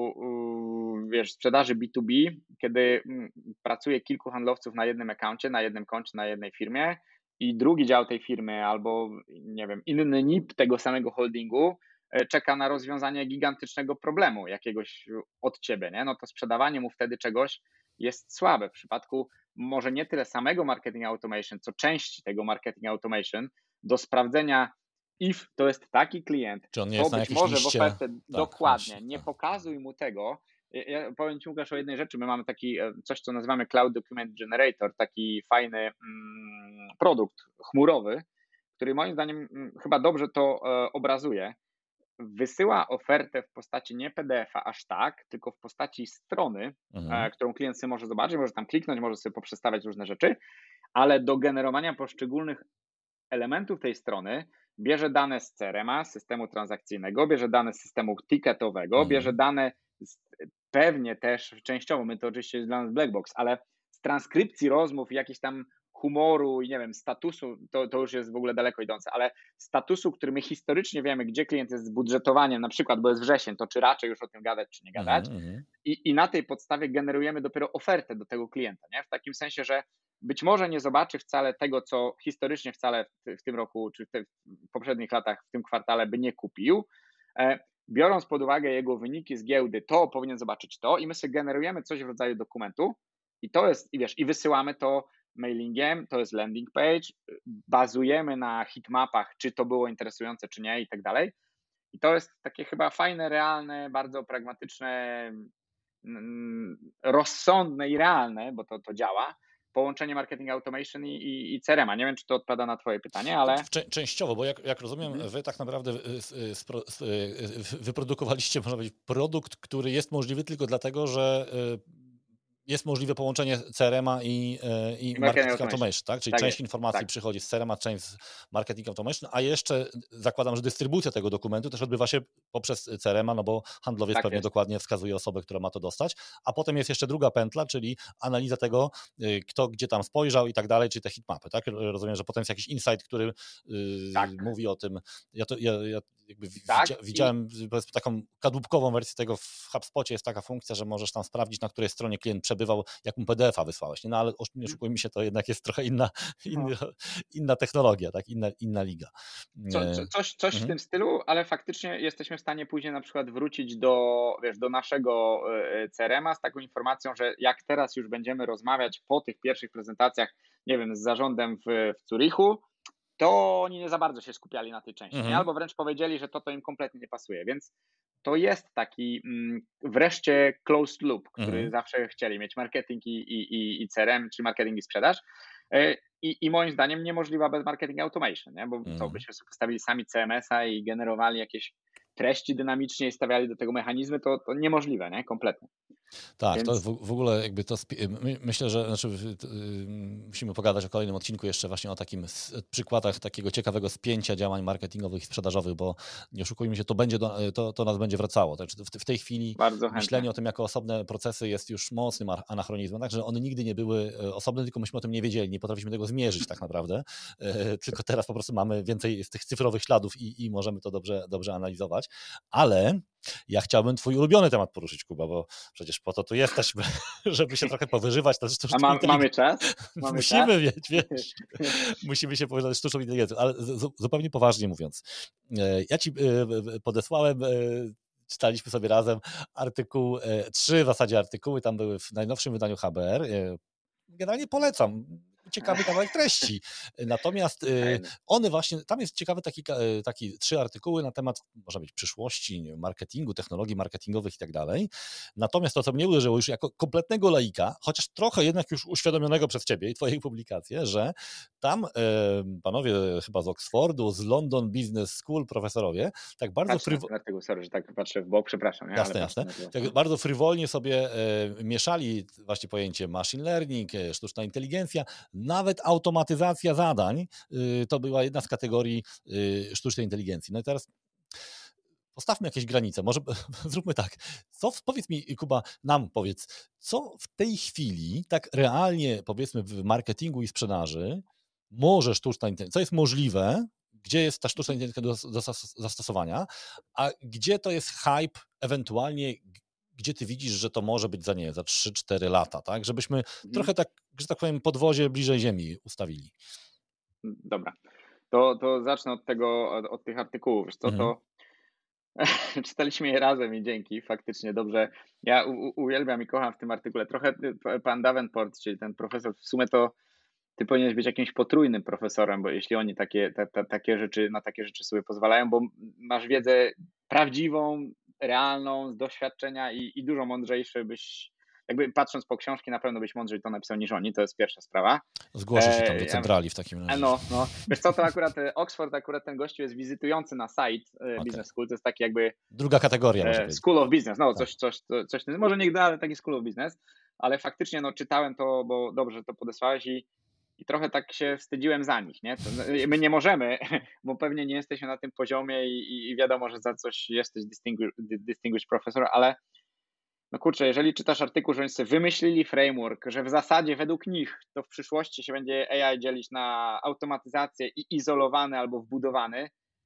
wiesz, sprzedaży B dwa B, kiedy pracuje kilku handlowców na jednym accouncie, na jednym koncie, na jednej firmie i drugi dział tej firmy albo nie wiem, inny N I P tego samego holdingu czeka na rozwiązanie gigantycznego problemu jakiegoś od ciebie, nie? No to sprzedawanie mu wtedy czegoś jest słabe. W przypadku może nie tyle samego marketing automation, co części tego marketing automation do sprawdzenia, if to jest taki klient, Czy on nie to jest na być jakiejś może w liście? ofertę Tak, dokładnie, właśnie, nie tak. pokazuj mu tego. Ja powiem Ci, Łukasz, o jednej rzeczy. My mamy taki coś, co nazywamy Cloud Document Generator, taki fajny mm, produkt chmurowy, który moim zdaniem chyba dobrze to e, obrazuje. Wysyła ofertę w postaci nie P D F-a aż tak, tylko w postaci strony, Mhm. e, którą klient sobie może zobaczyć, może tam kliknąć, może sobie poprzestawiać różne rzeczy, ale do generowania poszczególnych elementów tej strony bierze dane z C R M a, systemu transakcyjnego, bierze dane z systemu ticketowego, bierze Mhm. dane z, pewnie też częściowo, my to oczywiście jest dla nas black box, ale z transkrypcji rozmów i jakichś tam humoru i nie wiem, statusu, to, to już jest w ogóle daleko idące, ale statusu, który my historycznie wiemy, gdzie klient jest z budżetowaniem, na przykład, bo jest wrzesień, to czy raczej już o tym gadać, czy nie gadać, Mhm. i, i na tej podstawie generujemy dopiero ofertę do tego klienta, nie? W takim sensie, że być może nie zobaczy wcale tego, co historycznie wcale w, w tym roku, czy w, te, w poprzednich latach, w tym kwartale by nie kupił. E, biorąc pod uwagę jego wyniki z giełdy, to powinien zobaczyć to i my sobie generujemy coś w rodzaju dokumentu i to jest, i wiesz, i wysyłamy to mailingiem, to jest landing page, bazujemy na hitmapach, czy to było interesujące, czy nie i tak dalej. I to jest takie chyba fajne, realne, bardzo pragmatyczne, rozsądne i realne, bo to, to działa, połączenie marketing automation i, i, i C R M a. Nie wiem, czy to odpowiada na Twoje pytanie, ale... Cze- Częściowo, bo jak, jak rozumiem, Mhm. wy tak naprawdę spro- wyprodukowaliście, można powiedzieć, produkt, który jest możliwy tylko dlatego, że jest możliwe połączenie C R M a i, i marketing automation, tak? Czyli Tak część jest, informacji tak. przychodzi z C R M a, część z marketing automation, a jeszcze zakładam, że dystrybucja tego dokumentu też odbywa się poprzez C R M a, no bo handlowiec Tak pewnie jest. dokładnie wskazuje osobę, która ma to dostać, a potem jest jeszcze druga pętla, czyli analiza tego, kto gdzie tam spojrzał i tak dalej, czyli te hitmapy, tak? Rozumiem, że potem jest jakiś insight, który Tak. mówi o tym, ja to ja, ja jakby tak. widzia, widziałem I... taką kadłubkową wersję tego w HubSpocie, jest taka funkcja, że możesz tam sprawdzić, na której stronie klient przebywał, jak mu P D F-a wysłałeś. Nie? No ale nie oszukujmy się, to jednak jest trochę inna, inna, inna technologia, tak? inna, inna liga. Co, co, coś coś mhm. w tym stylu, ale faktycznie jesteśmy w stanie później na przykład wrócić do, wiesz, do naszego C R M a z taką informacją, że jak teraz już będziemy rozmawiać po tych pierwszych prezentacjach, nie wiem, z zarządem w, w Zurichu, to oni nie za bardzo się skupiali na tej części, Mhm. nie? Albo wręcz powiedzieli, że to, to im kompletnie nie pasuje, więc to jest taki mm, wreszcie closed loop, który mhm. zawsze chcieli mieć marketing i, i, i C R M, czyli marketing i sprzedaż. I, I moim zdaniem niemożliwa bez marketing automation, nie? Bo mhm. co, byśmy sobie postawili sami C M S a i generowali jakieś treści dynamicznie i stawiali do tego mechanizmy, to, to niemożliwe, nie? Kompletnie. Tak, Więc... to w, w ogóle jakby to, my, myślę, że znaczy, musimy pogadać o kolejnym odcinku jeszcze właśnie o takim przykładach takiego ciekawego spięcia działań marketingowych i sprzedażowych, bo nie oszukujmy się, to będzie do, to, to nas będzie wracało. Znaczy w, w tej chwili myślenie o tym jako osobne procesy jest już mocnym anachronizmem, także one nigdy nie były osobne, tylko myśmy o tym nie wiedzieli, nie potrafiliśmy tego zmierzyć tak naprawdę, tylko teraz po prostu mamy więcej z tych cyfrowych śladów i, i możemy to dobrze, dobrze analizować, ale ja chciałbym twój ulubiony temat poruszyć, Kuba, bo przecież po to tu jesteśmy, żeby się trochę powyżywać. To A ma, mamy czas? Mamy musimy czas? mieć, wiesz, musimy się powyżywać sztuczną inteligencją, ale z, zupełnie poważnie mówiąc, ja ci podesłałem, czytaliśmy sobie razem artykuł, trzy w zasadzie artykuły, tam były w najnowszym wydaniu H B R, generalnie polecam, ciekawy kawałek treści. Natomiast one właśnie, tam jest ciekawy taki, taki trzy artykuły na temat, może być przyszłości, marketingu, technologii marketingowych i tak dalej. Natomiast to, co mnie uderzyło już jako kompletnego laika, chociaż trochę jednak już uświadomionego przez ciebie i twoje publikacje, że tam panowie chyba z Oxfordu, z London Business School, profesorowie, tak bardzo... Patrzę frywo... artykuł, sorry, że tak patrzę w bok, przepraszam. Nie? Jasne, jasne. Tak bardzo frywolnie sobie mieszali właśnie pojęcie machine learning, sztuczna inteligencja, nawet automatyzacja zadań, to była jedna z kategorii sztucznej inteligencji. No i teraz postawmy jakieś granice, może zróbmy tak. Co, powiedz mi, Kuba, nam powiedz, co w tej chwili tak realnie, powiedzmy, w marketingu i sprzedaży może sztuczna inteligencja, co jest możliwe, gdzie jest ta sztuczna inteligencja do, do zastosowania, a gdzie to jest hype, ewentualnie gdzie ty widzisz, że to może być za nie, za trzy cztery lata, tak? Żebyśmy mhm. trochę tak, że tak powiem, podwozie bliżej ziemi ustawili. Dobra, to, to zacznę od tego, od, od tych artykułów. Wiesz co, mhm. to czytaliśmy je razem i dzięki, faktycznie dobrze. Ja u, uwielbiam i kocham w tym artykule. Trochę pan Davenport, czyli ten profesor, w sumie to ty powinieneś być jakimś potrójnym profesorem, bo jeśli oni takie, ta, ta, takie rzeczy, na takie rzeczy sobie pozwalają, bo masz wiedzę prawdziwą, realną, z doświadczenia i, i dużo mądrzejszy byś, jakby patrząc po książki, na pewno byś mądrzej to napisał niż oni, to jest pierwsza sprawa. Zgłoszę się tam do centrali w takim razie. No, no. Wiesz co, to akurat Oxford, akurat ten gościu jest wizytujący na site okay. Business School, to jest taki jakby... Druga kategoria może być. School of Business, no coś, coś, coś, coś, może nie ale taki School of Business, ale faktycznie no czytałem to, bo dobrze to podesłałeś i I trochę tak się wstydziłem za nich, nie? To my nie możemy, bo pewnie nie jesteśmy na tym poziomie i, i wiadomo, że za coś jesteś distinguished, distinguished professor, ale no kurczę, jeżeli czytasz artykuł, że oni sobie wymyślili framework, że w zasadzie według nich to w przyszłości się będzie A I dzielić na automatyzację i izolowany albo wbudowany,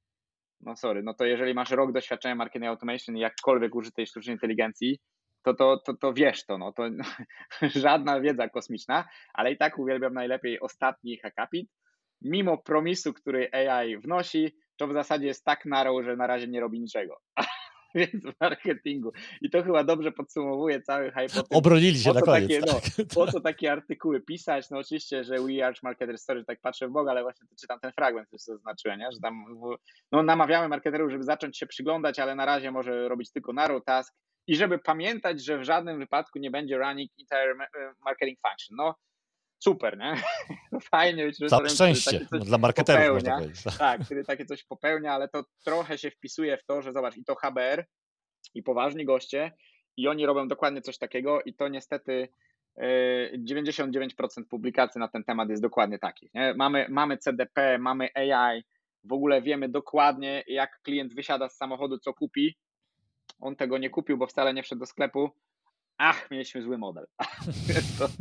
no sorry, no to jeżeli masz rok doświadczenia marketing automation i jakkolwiek użytej sztucznej inteligencji, to, to, to, to wiesz to, no to no, żadna wiedza kosmiczna, ale i tak uwielbiam najlepiej ostatni hackapit. Mimo promisu, który A I wnosi, to w zasadzie jest tak narrow, że na razie nie robi niczego. Więc w marketingu. I to chyba dobrze podsumowuje cały hype. Obronili się na koniec. Takie, tak. no, po co takie artykuły pisać? No oczywiście, że We Arch Marketer Story, tak patrzę w Boga, ale właśnie to czytam ten fragment, który zaznaczyłem, nie? Że tam no, namawiamy marketerów, żeby zacząć się przyglądać, ale na razie może robić tylko narrow task i żeby pamiętać, że w żadnym wypadku nie będzie running entire marketing function. No super, nie? Fajnie być resorem, szczęście dla marketerów można powiedzieć. Tak, który takie coś popełnia, ale to trochę się wpisuje w to, że zobacz, i to H B R, i poważni goście, i oni robią dokładnie coś takiego i to niestety dziewięćdziesiąt dziewięć procent publikacji na ten temat jest dokładnie takich. Nie? Mamy, mamy C D P, mamy A I, w ogóle wiemy dokładnie, jak klient wysiada z samochodu, co kupi. On tego nie kupił, bo wcale nie wszedł do sklepu. Ach, mieliśmy zły model. więc, to,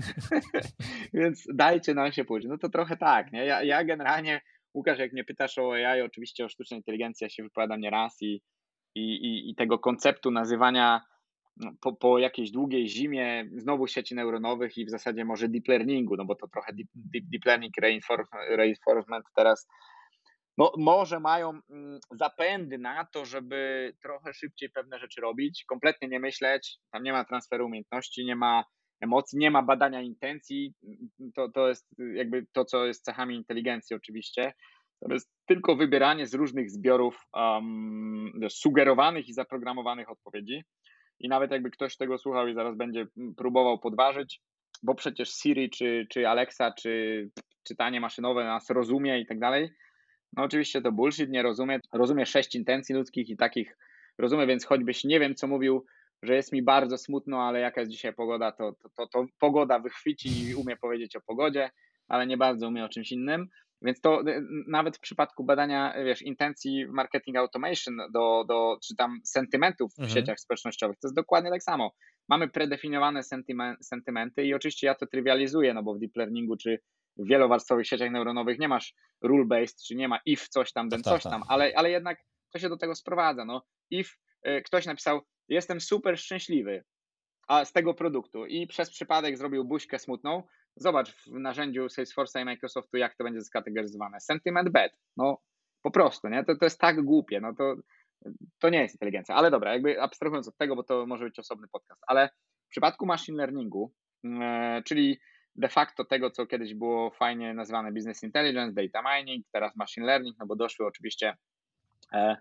więc dajcie nam się pójść. No to trochę tak, nie? Ja, ja generalnie, Łukasz, jak mnie pytasz o A I, oczywiście o sztucznej inteligencji, ja się wypowiadam nieraz i, i, i, i tego konceptu nazywania no, po, po jakiejś długiej zimie znowu sieci neuronowych i w zasadzie może deep learningu, no bo to trochę deep, deep, deep learning reinforcement teraz no, może mają zapędy na to, żeby trochę szybciej pewne rzeczy robić, kompletnie nie myśleć, tam nie ma transferu umiejętności, nie ma emocji, nie ma badania intencji, to, to jest jakby to, co jest cechami inteligencji oczywiście, to jest tylko wybieranie z różnych zbiorów um, sugerowanych i zaprogramowanych odpowiedzi i nawet jakby ktoś tego słuchał i zaraz będzie próbował podważyć, bo przecież Siri czy, czy Alexa, czy czytanie maszynowe nas rozumie i tak dalej. No oczywiście to bullshit, nie rozumie, rozumie sześć intencji ludzkich i takich rozumie, więc choćbyś nie wiem, co mówił, że jest mi bardzo smutno, ale jaka jest dzisiaj pogoda, to, to, to, to pogoda wychwyci i umie powiedzieć o pogodzie, ale nie bardzo umie o czymś innym. Więc to nawet w przypadku badania, wiesz, intencji marketing automation do, do, czy tam sentymentów w Mhm. sieciach społecznościowych, to jest dokładnie tak samo. Mamy predefiniowane sentymen- sentymenty i oczywiście ja to trywializuję, no bo w deep learningu czy w wielowarstwowych sieciach neuronowych nie masz rule-based, czy nie ma if coś tam, Tak, then tak, coś tak. tam, ale, ale jednak to się do tego sprowadza. No. If y, ktoś napisał, jestem super szczęśliwy a z tego produktu i przez przypadek zrobił buźkę smutną, zobacz w narzędziu Salesforce'a i Microsoftu, jak to będzie skategoryzowane. Sentiment bad. No po prostu, nie? To, to jest tak głupie, no to, to nie jest inteligencja. Ale dobra, jakby abstrahując od tego, bo to może być osobny podcast, ale w przypadku machine learningu, e, czyli de facto tego, co kiedyś było fajnie nazwane business intelligence, data mining, teraz machine learning, no bo doszły oczywiście, e,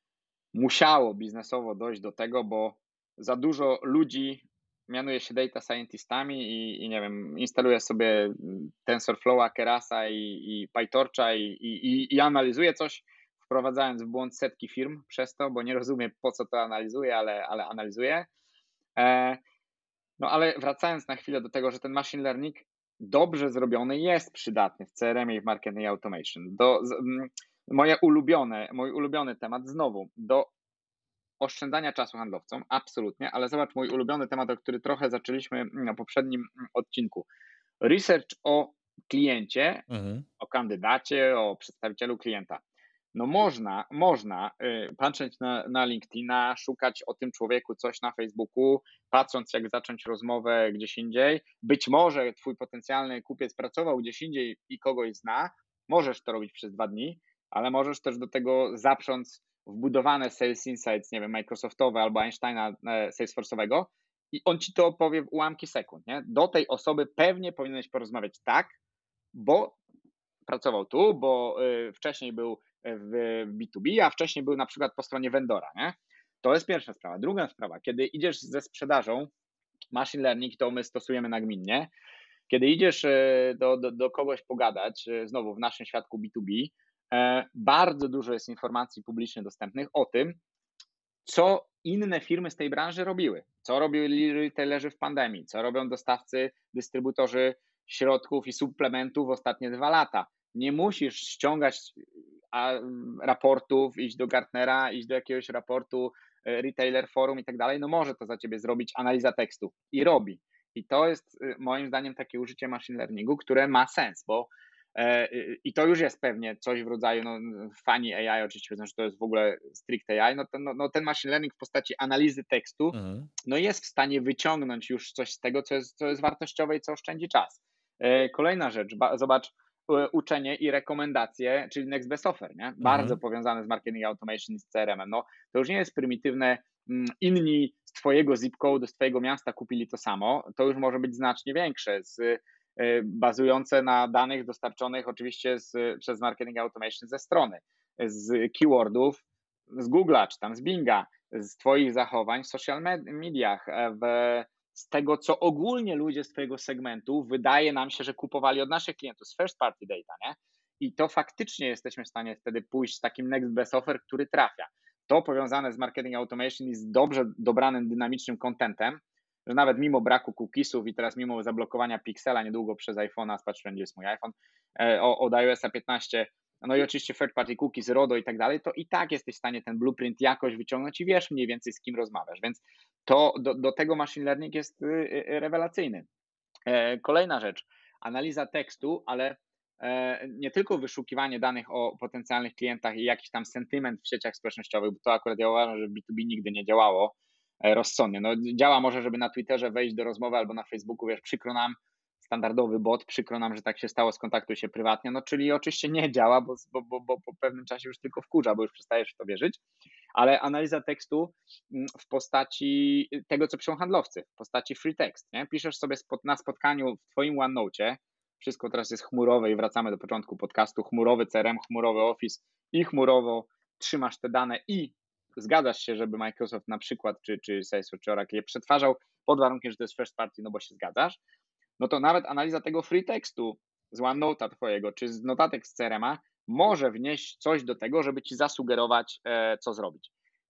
musiało biznesowo dojść do tego, bo za dużo ludzi mianuje się data scientistami i, i nie wiem, instaluje sobie TensorFlowa, Kerasa i, i PyTorcha i, i, i analizuje coś, wprowadzając w błąd setki firm przez to, bo nie rozumie, po co to analizuje, ale, ale analizuje. E, no ale wracając na chwilę do tego, że ten machine learning dobrze zrobiony jest przydatny w C R M ie i w marketing automation. Do, z, m, moje ulubione, mój ulubiony temat znowu, do oszczędzania czasu handlowcom, absolutnie, ale zobacz mój ulubiony temat, o który trochę zaczęliśmy na poprzednim odcinku. Research o kliencie, Mhm. o kandydacie, o przedstawicielu klienta. No można, można y, patrzeć na, na LinkedIna, szukać o tym człowieku coś na Facebooku, patrząc jak zacząć rozmowę gdzieś indziej. Być może twój potencjalny kupiec pracował gdzieś indziej i kogoś zna. Możesz to robić przez dwa dni, ale możesz też do tego zaprząc wbudowane Sales Insights, nie wiem, Microsoftowe albo Einsteina e, Salesforce'owego i on ci to opowie w ułamki sekund, nie? Do tej osoby pewnie powinieneś porozmawiać tak, bo pracował tu, bo y, wcześniej był w B dwa B, a wcześniej był na przykład po stronie vendora, nie? To jest pierwsza sprawa. Druga sprawa, kiedy idziesz ze sprzedażą, machine learning to my stosujemy nagminnie, kiedy idziesz y, do, do, do kogoś pogadać, y, znowu w naszym świadku B dwa B, e, bardzo dużo jest informacji publicznie dostępnych o tym, co inne firmy z tej branży robiły, co robili retailerzy w pandemii, co robią dostawcy, dystrybutorzy środków i suplementów w ostatnie dwa lata. Nie musisz ściągać a, raportów, iść do Gartnera, iść do jakiegoś raportu Retailer Forum i tak dalej. No może to za ciebie zrobić analiza tekstu i robi. I to jest moim zdaniem takie użycie machine learningu, które ma sens, bo i to już jest pewnie coś w rodzaju, no fani A I oczywiście wiedzą, że to jest w ogóle strict A I, no ten, no, no ten machine learning w postaci analizy tekstu, Mhm. no jest w stanie wyciągnąć już coś z tego, co jest, co jest wartościowe i co oszczędzi czas. Kolejna rzecz, zobacz, uczenie i rekomendacje, czyli next best offer, nie? Bardzo Mhm. powiązane z marketing automation i z C R M em. No to już nie jest prymitywne, inni z twojego zip code, z twojego miasta kupili to samo, to już może być znacznie większe, z bazujące na danych dostarczonych oczywiście z, przez marketing automation ze strony, z keywordów, z Google'a czy tam z Binga, z twoich zachowań w social mediach, w, z tego, co ogólnie ludzie z twojego segmentu wydaje nam się, że kupowali od naszych klientów, z first party data, nie? I to faktycznie jesteśmy w stanie wtedy pójść z takim next best offer, który trafia. To powiązane z marketing automation i z dobrze dobranym, dynamicznym contentem, że nawet mimo braku cookiesów i teraz mimo zablokowania Pixela niedługo przez iPhone'a, patrz, wszędzie jest mój iPhone, od iOS piętnaście, no i oczywiście third party cookies, RODO i tak dalej, to i tak jesteś w stanie ten blueprint jakoś wyciągnąć i wiesz mniej więcej z kim rozmawiasz, więc to do, do tego machine learning jest rewelacyjny. Kolejna rzecz, analiza tekstu, ale nie tylko wyszukiwanie danych o potencjalnych klientach i jakiś tam sentyment w sieciach społecznościowych, bo to akurat ja uważam, że w B dwa B nigdy nie działało rozsądnie. No, działa może, żeby na Twitterze wejść do rozmowy albo na Facebooku, wiesz, przykro nam, standardowy bot, przykro nam, że tak się stało, skontaktuj się prywatnie, no czyli oczywiście nie działa, bo, bo, bo, bo po pewnym czasie już tylko wkurza, bo już przestajesz w to wierzyć, ale analiza tekstu w postaci tego, co piszą handlowcy, w postaci free text, nie? Piszesz sobie na spotkaniu w twoim OneNote'cie, wszystko teraz jest chmurowe i wracamy do początku podcastu, chmurowy C R M, chmurowy Office i chmurowo trzymasz te dane i zgadzasz się, żeby Microsoft na przykład, czy, czy Salesforce, czy Oracle je przetwarzał pod warunkiem, że to jest first party, no bo się zgadzasz, no to nawet analiza tego free tekstu z OneNote'a twojego, czy z notatek z C R M a może wnieść coś do tego, żeby ci zasugerować, co zrobić.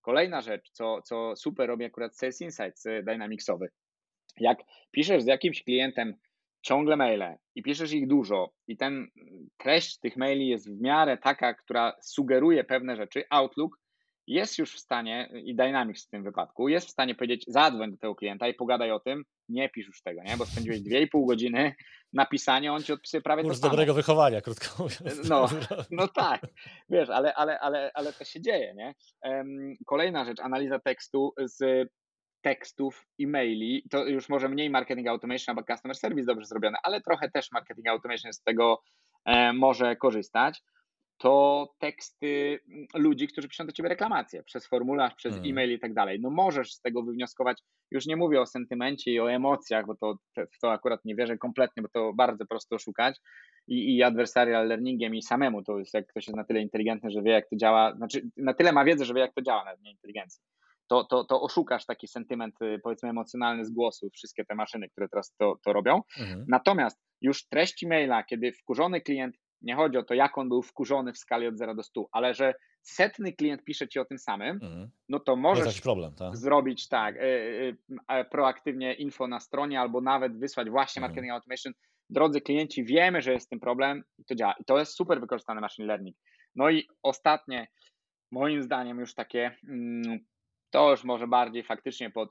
Kolejna rzecz, co, co super robi akurat Sales Insights Dynamicsowy. Jak piszesz z jakimś klientem ciągle maile i piszesz ich dużo i ten treść tych maili jest w miarę taka, która sugeruje pewne rzeczy, Outlook jest już w stanie, i Dynamics w tym wypadku, jest w stanie powiedzieć, zadzwoń do tego klienta i pogadaj o tym, nie pisz już tego, nie? Bo spędziłeś dwie i pół godziny na pisanie, on ci odpisuje prawie Kurs to samo. dobrego wychowania, krótko mówiąc. No, no tak, wiesz, ale, ale, ale, ale to się dzieje, nie? Kolejna rzecz, analiza tekstu z tekstów, e-maili, to już może mniej marketing automation albo customer service dobrze zrobione, ale trochę też marketing automation z tego e, może korzystać, to teksty ludzi, którzy piszą do ciebie reklamacje przez formularz, przez Mhm. e-mail i tak dalej. No możesz z tego wywnioskować, już nie mówię o sentymencie i o emocjach, bo to, w to akurat nie wierzę kompletnie, bo to bardzo prosto oszukać i, i adversarial learningiem i samemu to jest, jak ktoś jest na tyle inteligentny, że wie jak to działa, znaczy na tyle ma wiedzę, że wie jak to działa, nawet nie inteligencji. To, to, to oszukasz taki sentyment, powiedzmy, emocjonalny z głosu, wszystkie te maszyny, które teraz to, to robią. Mhm. Natomiast już treść maila, kiedy wkurzony klient, nie chodzi o to, jak on był wkurzony w skali od zera do stu, ale że setny klient pisze ci o tym samym, Mhm. no to Jest możesz jakiś problem, tak? zrobić tak, y, y, y, proaktywnie info na stronie albo nawet wysłać właśnie Mhm. marketing automation. Drodzy klienci, wiemy, że jest z tym problem i to działa. I to jest super wykorzystany machine learning. No i ostatnie, moim zdaniem już takie, mm, to już może bardziej faktycznie pod,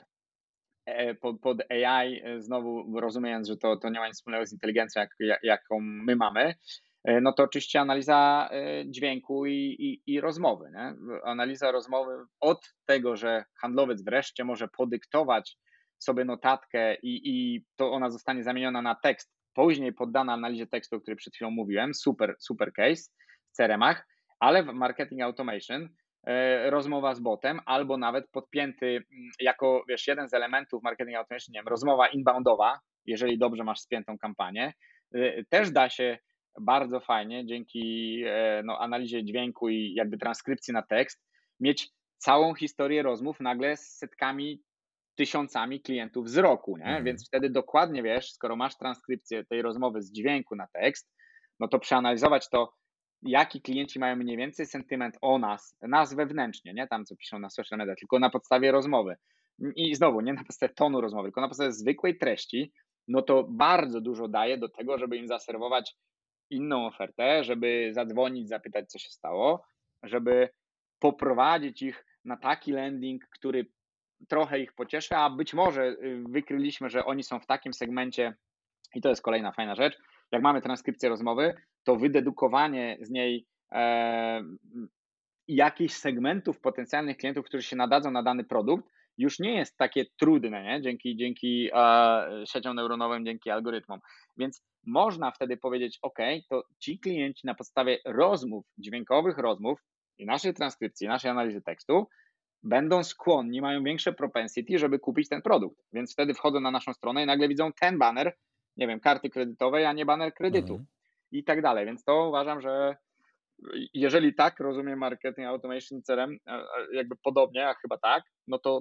pod, pod A I, znowu rozumiejąc, że to, to nie ma nic wspólnego z inteligencją, jak, jaką my mamy, no to oczywiście analiza dźwięku i, i, i rozmowy. Nie? Analiza rozmowy od tego, że handlowiec wreszcie może podyktować sobie notatkę i, i to ona zostanie zamieniona na tekst, później poddana analizie tekstu, o której przed chwilą mówiłem, super, super case w C R M-ach, ale w marketing automation rozmowa z botem, albo nawet podpięty jako, wiesz, jeden z elementów marketing automation, nie wiem, rozmowa inboundowa, jeżeli dobrze masz spiętą kampanię, też da się bardzo fajnie dzięki no, analizie dźwięku i jakby transkrypcji na tekst mieć całą historię rozmów nagle z setkami, tysiącami klientów z roku, nie? Mhm. Więc wtedy dokładnie wiesz, skoro masz transkrypcję tej rozmowy z dźwięku na tekst, no to przeanalizować to, jaki klienci mają mniej więcej sentyment o nas, nas wewnętrznie, nie tam co piszą na social media, tylko na podstawie rozmowy. I znowu, nie na podstawie tonu rozmowy, tylko na podstawie zwykłej treści, no to bardzo dużo daje do tego, żeby im zaserwować inną ofertę, żeby zadzwonić, zapytać, co się stało, żeby poprowadzić ich na taki landing, który trochę ich pocieszy, a być może wykryliśmy, że oni są w takim segmencie i to jest kolejna fajna rzecz. Jak mamy transkrypcję rozmowy, to wydedukowanie z niej e, jakichś segmentów potencjalnych klientów, którzy się nadadzą na dany produkt, już nie jest takie trudne, nie? Dzięki, dzięki e, sieciom neuronowym, dzięki algorytmom. Więc można wtedy powiedzieć, ok, to ci klienci na podstawie rozmów, dźwiękowych rozmów i naszej transkrypcji, naszej analizy tekstu będą skłonni, mają większe propensity, żeby kupić ten produkt. Więc wtedy wchodzą na naszą stronę i nagle widzą ten baner, nie wiem, karty kredytowej, a nie baner kredytu mhm. i tak dalej. Więc to uważam, że jeżeli tak rozumiem marketing automation C R M, jakby podobnie, a chyba tak, no to,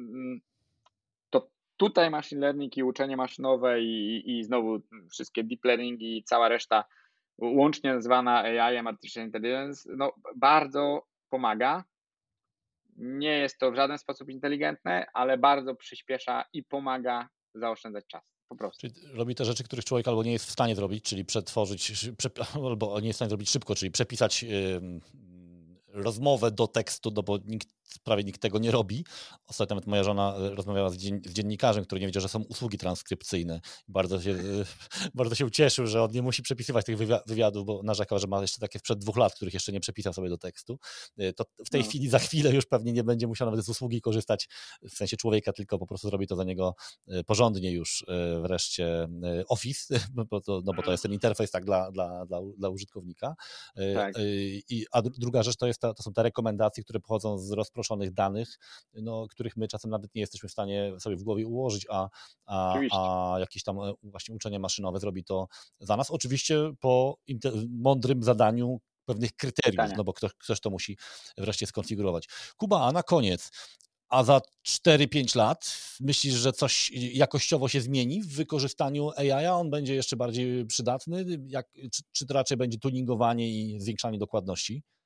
to tutaj machine learning i uczenie maszynowe i, i znowu wszystkie deep learning i cała reszta, łącznie nazywana A I, Artificial Intelligence, no bardzo pomaga. Nie jest to w żaden sposób inteligentne, ale bardzo przyspiesza i pomaga zaoszczędzać czas. Po prostu. Czyli robi te rzeczy, których człowiek albo nie jest w stanie zrobić, czyli przetworzyć, albo nie jest w stanie zrobić szybko, czyli przepisać yy, rozmowę do tekstu, no bo nikt, prawie nikt tego nie robi. Ostatnio nawet moja żona rozmawiała z, dzien, z dziennikarzem, który nie wiedział, że są usługi transkrypcyjne. Bardzo się, bardzo się ucieszył, że on nie musi przepisywać tych wywiadów, bo narzekał, że ma jeszcze takie sprzed dwóch lat, których jeszcze nie przepisał sobie do tekstu. To w tej no. chwili, za chwilę już pewnie nie będzie musiał nawet z usługi korzystać w sensie człowieka, tylko po prostu zrobi to za niego porządnie już wreszcie Office, bo to, no bo to jest ten interfejs tak dla, dla, dla, dla użytkownika. Tak. I, a druga rzecz to, jest ta, to są te rekomendacje, które pochodzą z rozproszonych danych, no, których my czasem nawet nie jesteśmy w stanie sobie w głowie ułożyć, a, a, a jakieś tam właśnie uczenie maszynowe zrobi to za nas. Oczywiście po mądrym zadaniu pewnych kryteriów, Pytanie. no bo ktoś, ktoś to musi wreszcie skonfigurować. Kuba, a na koniec, a za cztery pięć lat myślisz, że coś jakościowo się zmieni w wykorzystaniu A I, a on będzie jeszcze bardziej przydatny? Jak, czy, czy to raczej będzie tuningowanie i zwiększanie dokładności?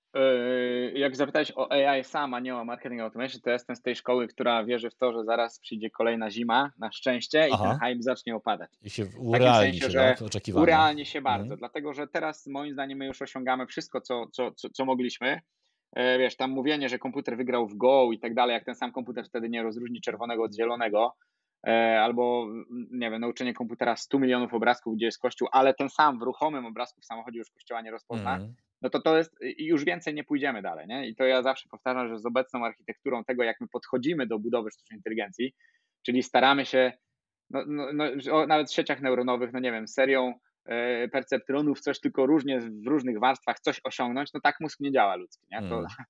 Jak zapytałeś o A I sam, a nie o marketing automation, to jestem z tej szkoły, która wierzy w to, że zaraz przyjdzie kolejna zima, na szczęście, i ten Aha. hype zacznie opadać. I się W takim urealni sensie, się, że tak? Oczekiwania. urealni się bardzo, Mhm. dlatego że teraz moim zdaniem my już osiągamy wszystko, co, co, co, co mogliśmy. E, Wiesz, tam mówienie, że komputer wygrał w Go i tak dalej, jak ten sam komputer wtedy nie rozróżni czerwonego od zielonego, e, albo mm, nie wiem, nauczenie komputera stu milionów obrazków, gdzie jest kościół, ale ten sam w ruchomym obrazku w samochodzie już kościoła nie rozpozna, Mhm. no to to jest, i już więcej nie pójdziemy dalej, nie? I to ja zawsze powtarzam, że z obecną architekturą tego, jak my podchodzimy do budowy sztucznej inteligencji, czyli staramy się, no, no, no, o, nawet w sieciach neuronowych, no nie wiem, serią e, perceptronów coś tylko różnie w różnych warstwach coś osiągnąć, no tak mózg nie działa ludzki, nie? To Mhm.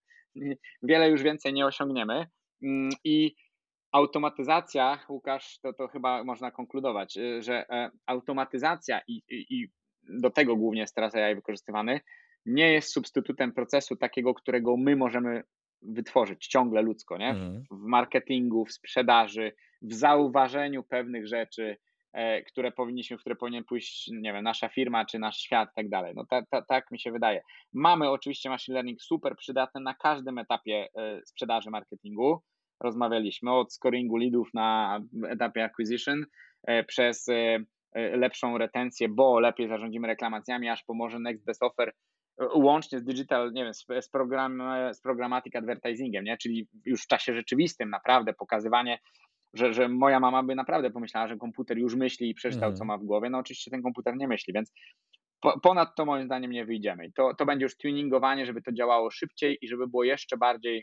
wiele już więcej nie osiągniemy. Mm, I automatyzacja, Łukasz, to, to chyba można konkludować, y, że e, automatyzacja i, i, i do tego głównie jest teraz A I wykorzystywany, nie jest substytutem procesu takiego, którego my możemy wytworzyć ciągle ludzko, nie? Mhm. W marketingu, w sprzedaży, w zauważeniu pewnych rzeczy, e, które powinniśmy, w które powinien pójść, nie wiem, nasza firma czy nasz świat i tak dalej. No ta, ta, tak mi się wydaje. Mamy oczywiście machine learning super przydatny na każdym etapie e, sprzedaży, marketingu. Rozmawialiśmy od scoringu leadów na etapie acquisition, e, przez e, e, lepszą retencję, bo lepiej zarządzimy reklamacjami, aż pomoże next best offer, e, łącznie z digital, nie wiem, z, z, program, z programmatic advertisingiem, nie? Czyli już w czasie rzeczywistym naprawdę pokazywanie, że, że moja mama by naprawdę pomyślała, że komputer już myśli i przeczytał, co Mhm. ma w głowie. No oczywiście ten komputer nie myśli, więc po, ponad to moim zdaniem nie wyjdziemy. I to, to będzie już tuningowanie, żeby to działało szybciej i żeby było jeszcze bardziej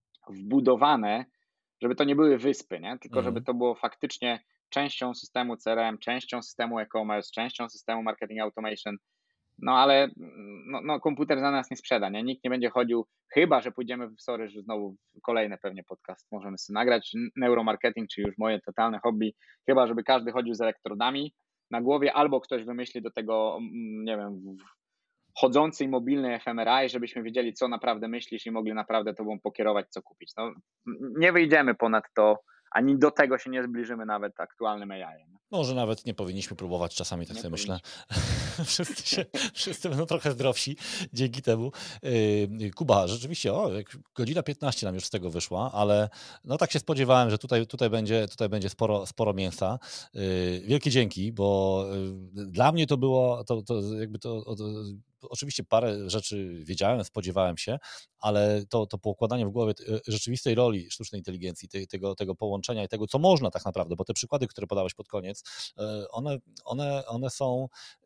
wbudowane, żeby to nie były wyspy, nie? Tylko żeby Mhm. to było faktycznie częścią systemu C R M, częścią systemu e-commerce, częścią systemu marketing automation. No ale no, no, komputer za nas nie sprzeda, nie? Nikt nie będzie chodził, chyba że pójdziemy w, sorry, że znowu kolejny pewnie podcast możemy sobie nagrać, neuromarketing, czyli już moje totalne hobby, chyba żeby każdy chodził z elektrodami na głowie, albo ktoś wymyśli do tego, nie wiem, chodzący i mobilny F M R I, żebyśmy wiedzieli, co naprawdę myślisz i mogli naprawdę tobą pokierować, co kupić. No, nie wyjdziemy ponad to, ani do tego się nie zbliżymy nawet aktualnym A I. Nie? Może nawet nie powinniśmy próbować, czasami tak Nie sobie myślę. powinniśmy. Wszyscy, się, wszyscy będą trochę zdrowsi dzięki temu. Yy, Kuba, rzeczywiście, o, jak godzina piętnaście nam już z tego wyszła, ale no tak się spodziewałem, że tutaj, tutaj będzie, tutaj będzie sporo, sporo mięsa. Yy, Wielkie dzięki, bo yy, dla mnie to było, to, to jakby to, to oczywiście parę rzeczy wiedziałem, spodziewałem się, ale to, to poukładanie w głowie rzeczywistej roli sztucznej inteligencji, tego, tego połączenia i tego, co można tak naprawdę, bo te przykłady, które podałeś pod koniec, one, one, one są,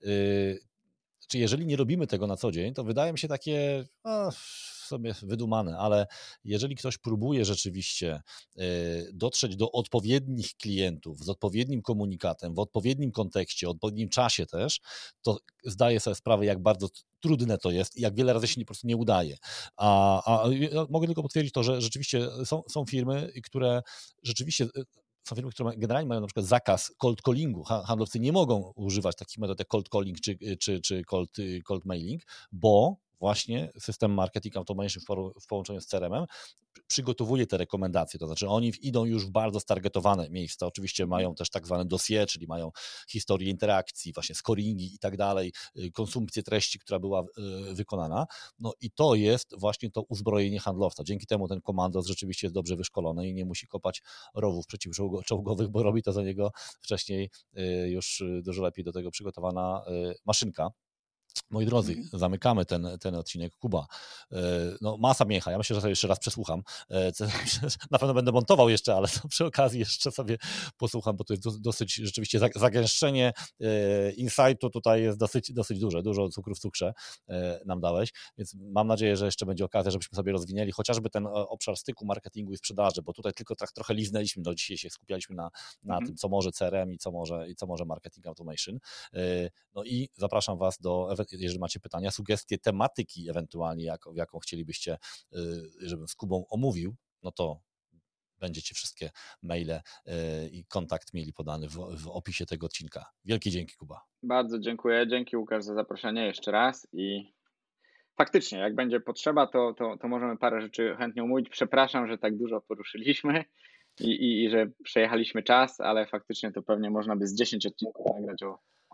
czy jeżeli nie robimy tego na co dzień, to wydaje mi się takie no, sobie wydumane, ale jeżeli ktoś próbuje rzeczywiście dotrzeć do odpowiednich klientów z odpowiednim komunikatem, w odpowiednim kontekście, w odpowiednim czasie też, to zdaje sobie sprawę, jak bardzo trudne to jest i jak wiele razy się po prostu nie udaje. A, a mogę tylko potwierdzić to, że rzeczywiście są, są firmy, które rzeczywiście są firmy, które generalnie mają na przykład zakaz cold callingu. Handlowcy nie mogą używać takich metod jak cold calling czy, czy, czy cold, cold mailing, bo właśnie system marketing automation w połączeniu z C R M-em przygotowuje te rekomendacje, to znaczy oni idą już w bardzo stargetowane miejsca, oczywiście mają też tak zwane dossier, czyli mają historię interakcji, właśnie scoringi i tak dalej, konsumpcję treści, która była wykonana, no i to jest właśnie to uzbrojenie handlowca. Dzięki temu ten komandos rzeczywiście jest dobrze wyszkolony i nie musi kopać rowów przeciwczołgowych, bo robi to za niego wcześniej już dużo lepiej do tego przygotowana maszynka. Moi drodzy, mm. zamykamy ten, ten odcinek. Kuba, no masa mięcha, ja myślę, że sobie jeszcze raz przesłucham. Na pewno będę montował jeszcze, ale to przy okazji jeszcze sobie posłucham, bo to jest dosyć rzeczywiście zagęszczenie insightu tutaj jest dosyć, dosyć duże, dużo cukru w cukrze nam dałeś, więc mam nadzieję, że jeszcze będzie okazja, żebyśmy sobie rozwinęli chociażby ten obszar styku, marketingu i sprzedaży, bo tutaj tylko tak trochę liznęliśmy, no dzisiaj się skupialiśmy na, na mm. tym, co może C R M i co może, i co może marketing automation. No i zapraszam Was do, jeżeli macie pytania, sugestie tematyki ewentualnie, jak, jaką chcielibyście, żebym z Kubą omówił, no to będziecie wszystkie maile i kontakt mieli podany w, w opisie tego odcinka. Wielkie dzięki, Kuba. Bardzo dziękuję. Dzięki, Łukasz, za zaproszenie jeszcze raz i faktycznie, jak będzie potrzeba, to, to, to możemy parę rzeczy chętnie omówić. Przepraszam, że tak dużo poruszyliśmy i, i, i że przejechaliśmy czas, ale faktycznie to pewnie można by z dziesięć odcinków nagrać o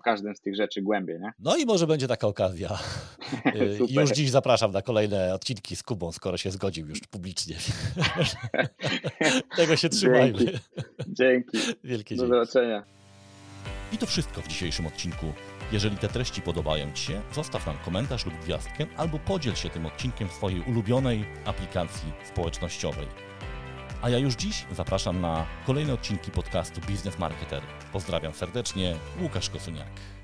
po każdym z tych rzeczy głębiej, nie? No i może będzie taka okazja. Już dziś zapraszam na kolejne odcinki z Kubą, skoro się zgodził już publicznie. Tego się trzymajmy. Dzięki. Dzięki. Wielkie Do dzięki. zobaczenia. I to wszystko w dzisiejszym odcinku. Jeżeli te treści podobają Ci się, zostaw nam komentarz lub gwiazdkę, albo podziel się tym odcinkiem w swojej ulubionej aplikacji społecznościowej. A ja już dziś zapraszam na kolejne odcinki podcastu Biznes Marketer. Pozdrawiam serdecznie, Łukasz Kosuniak.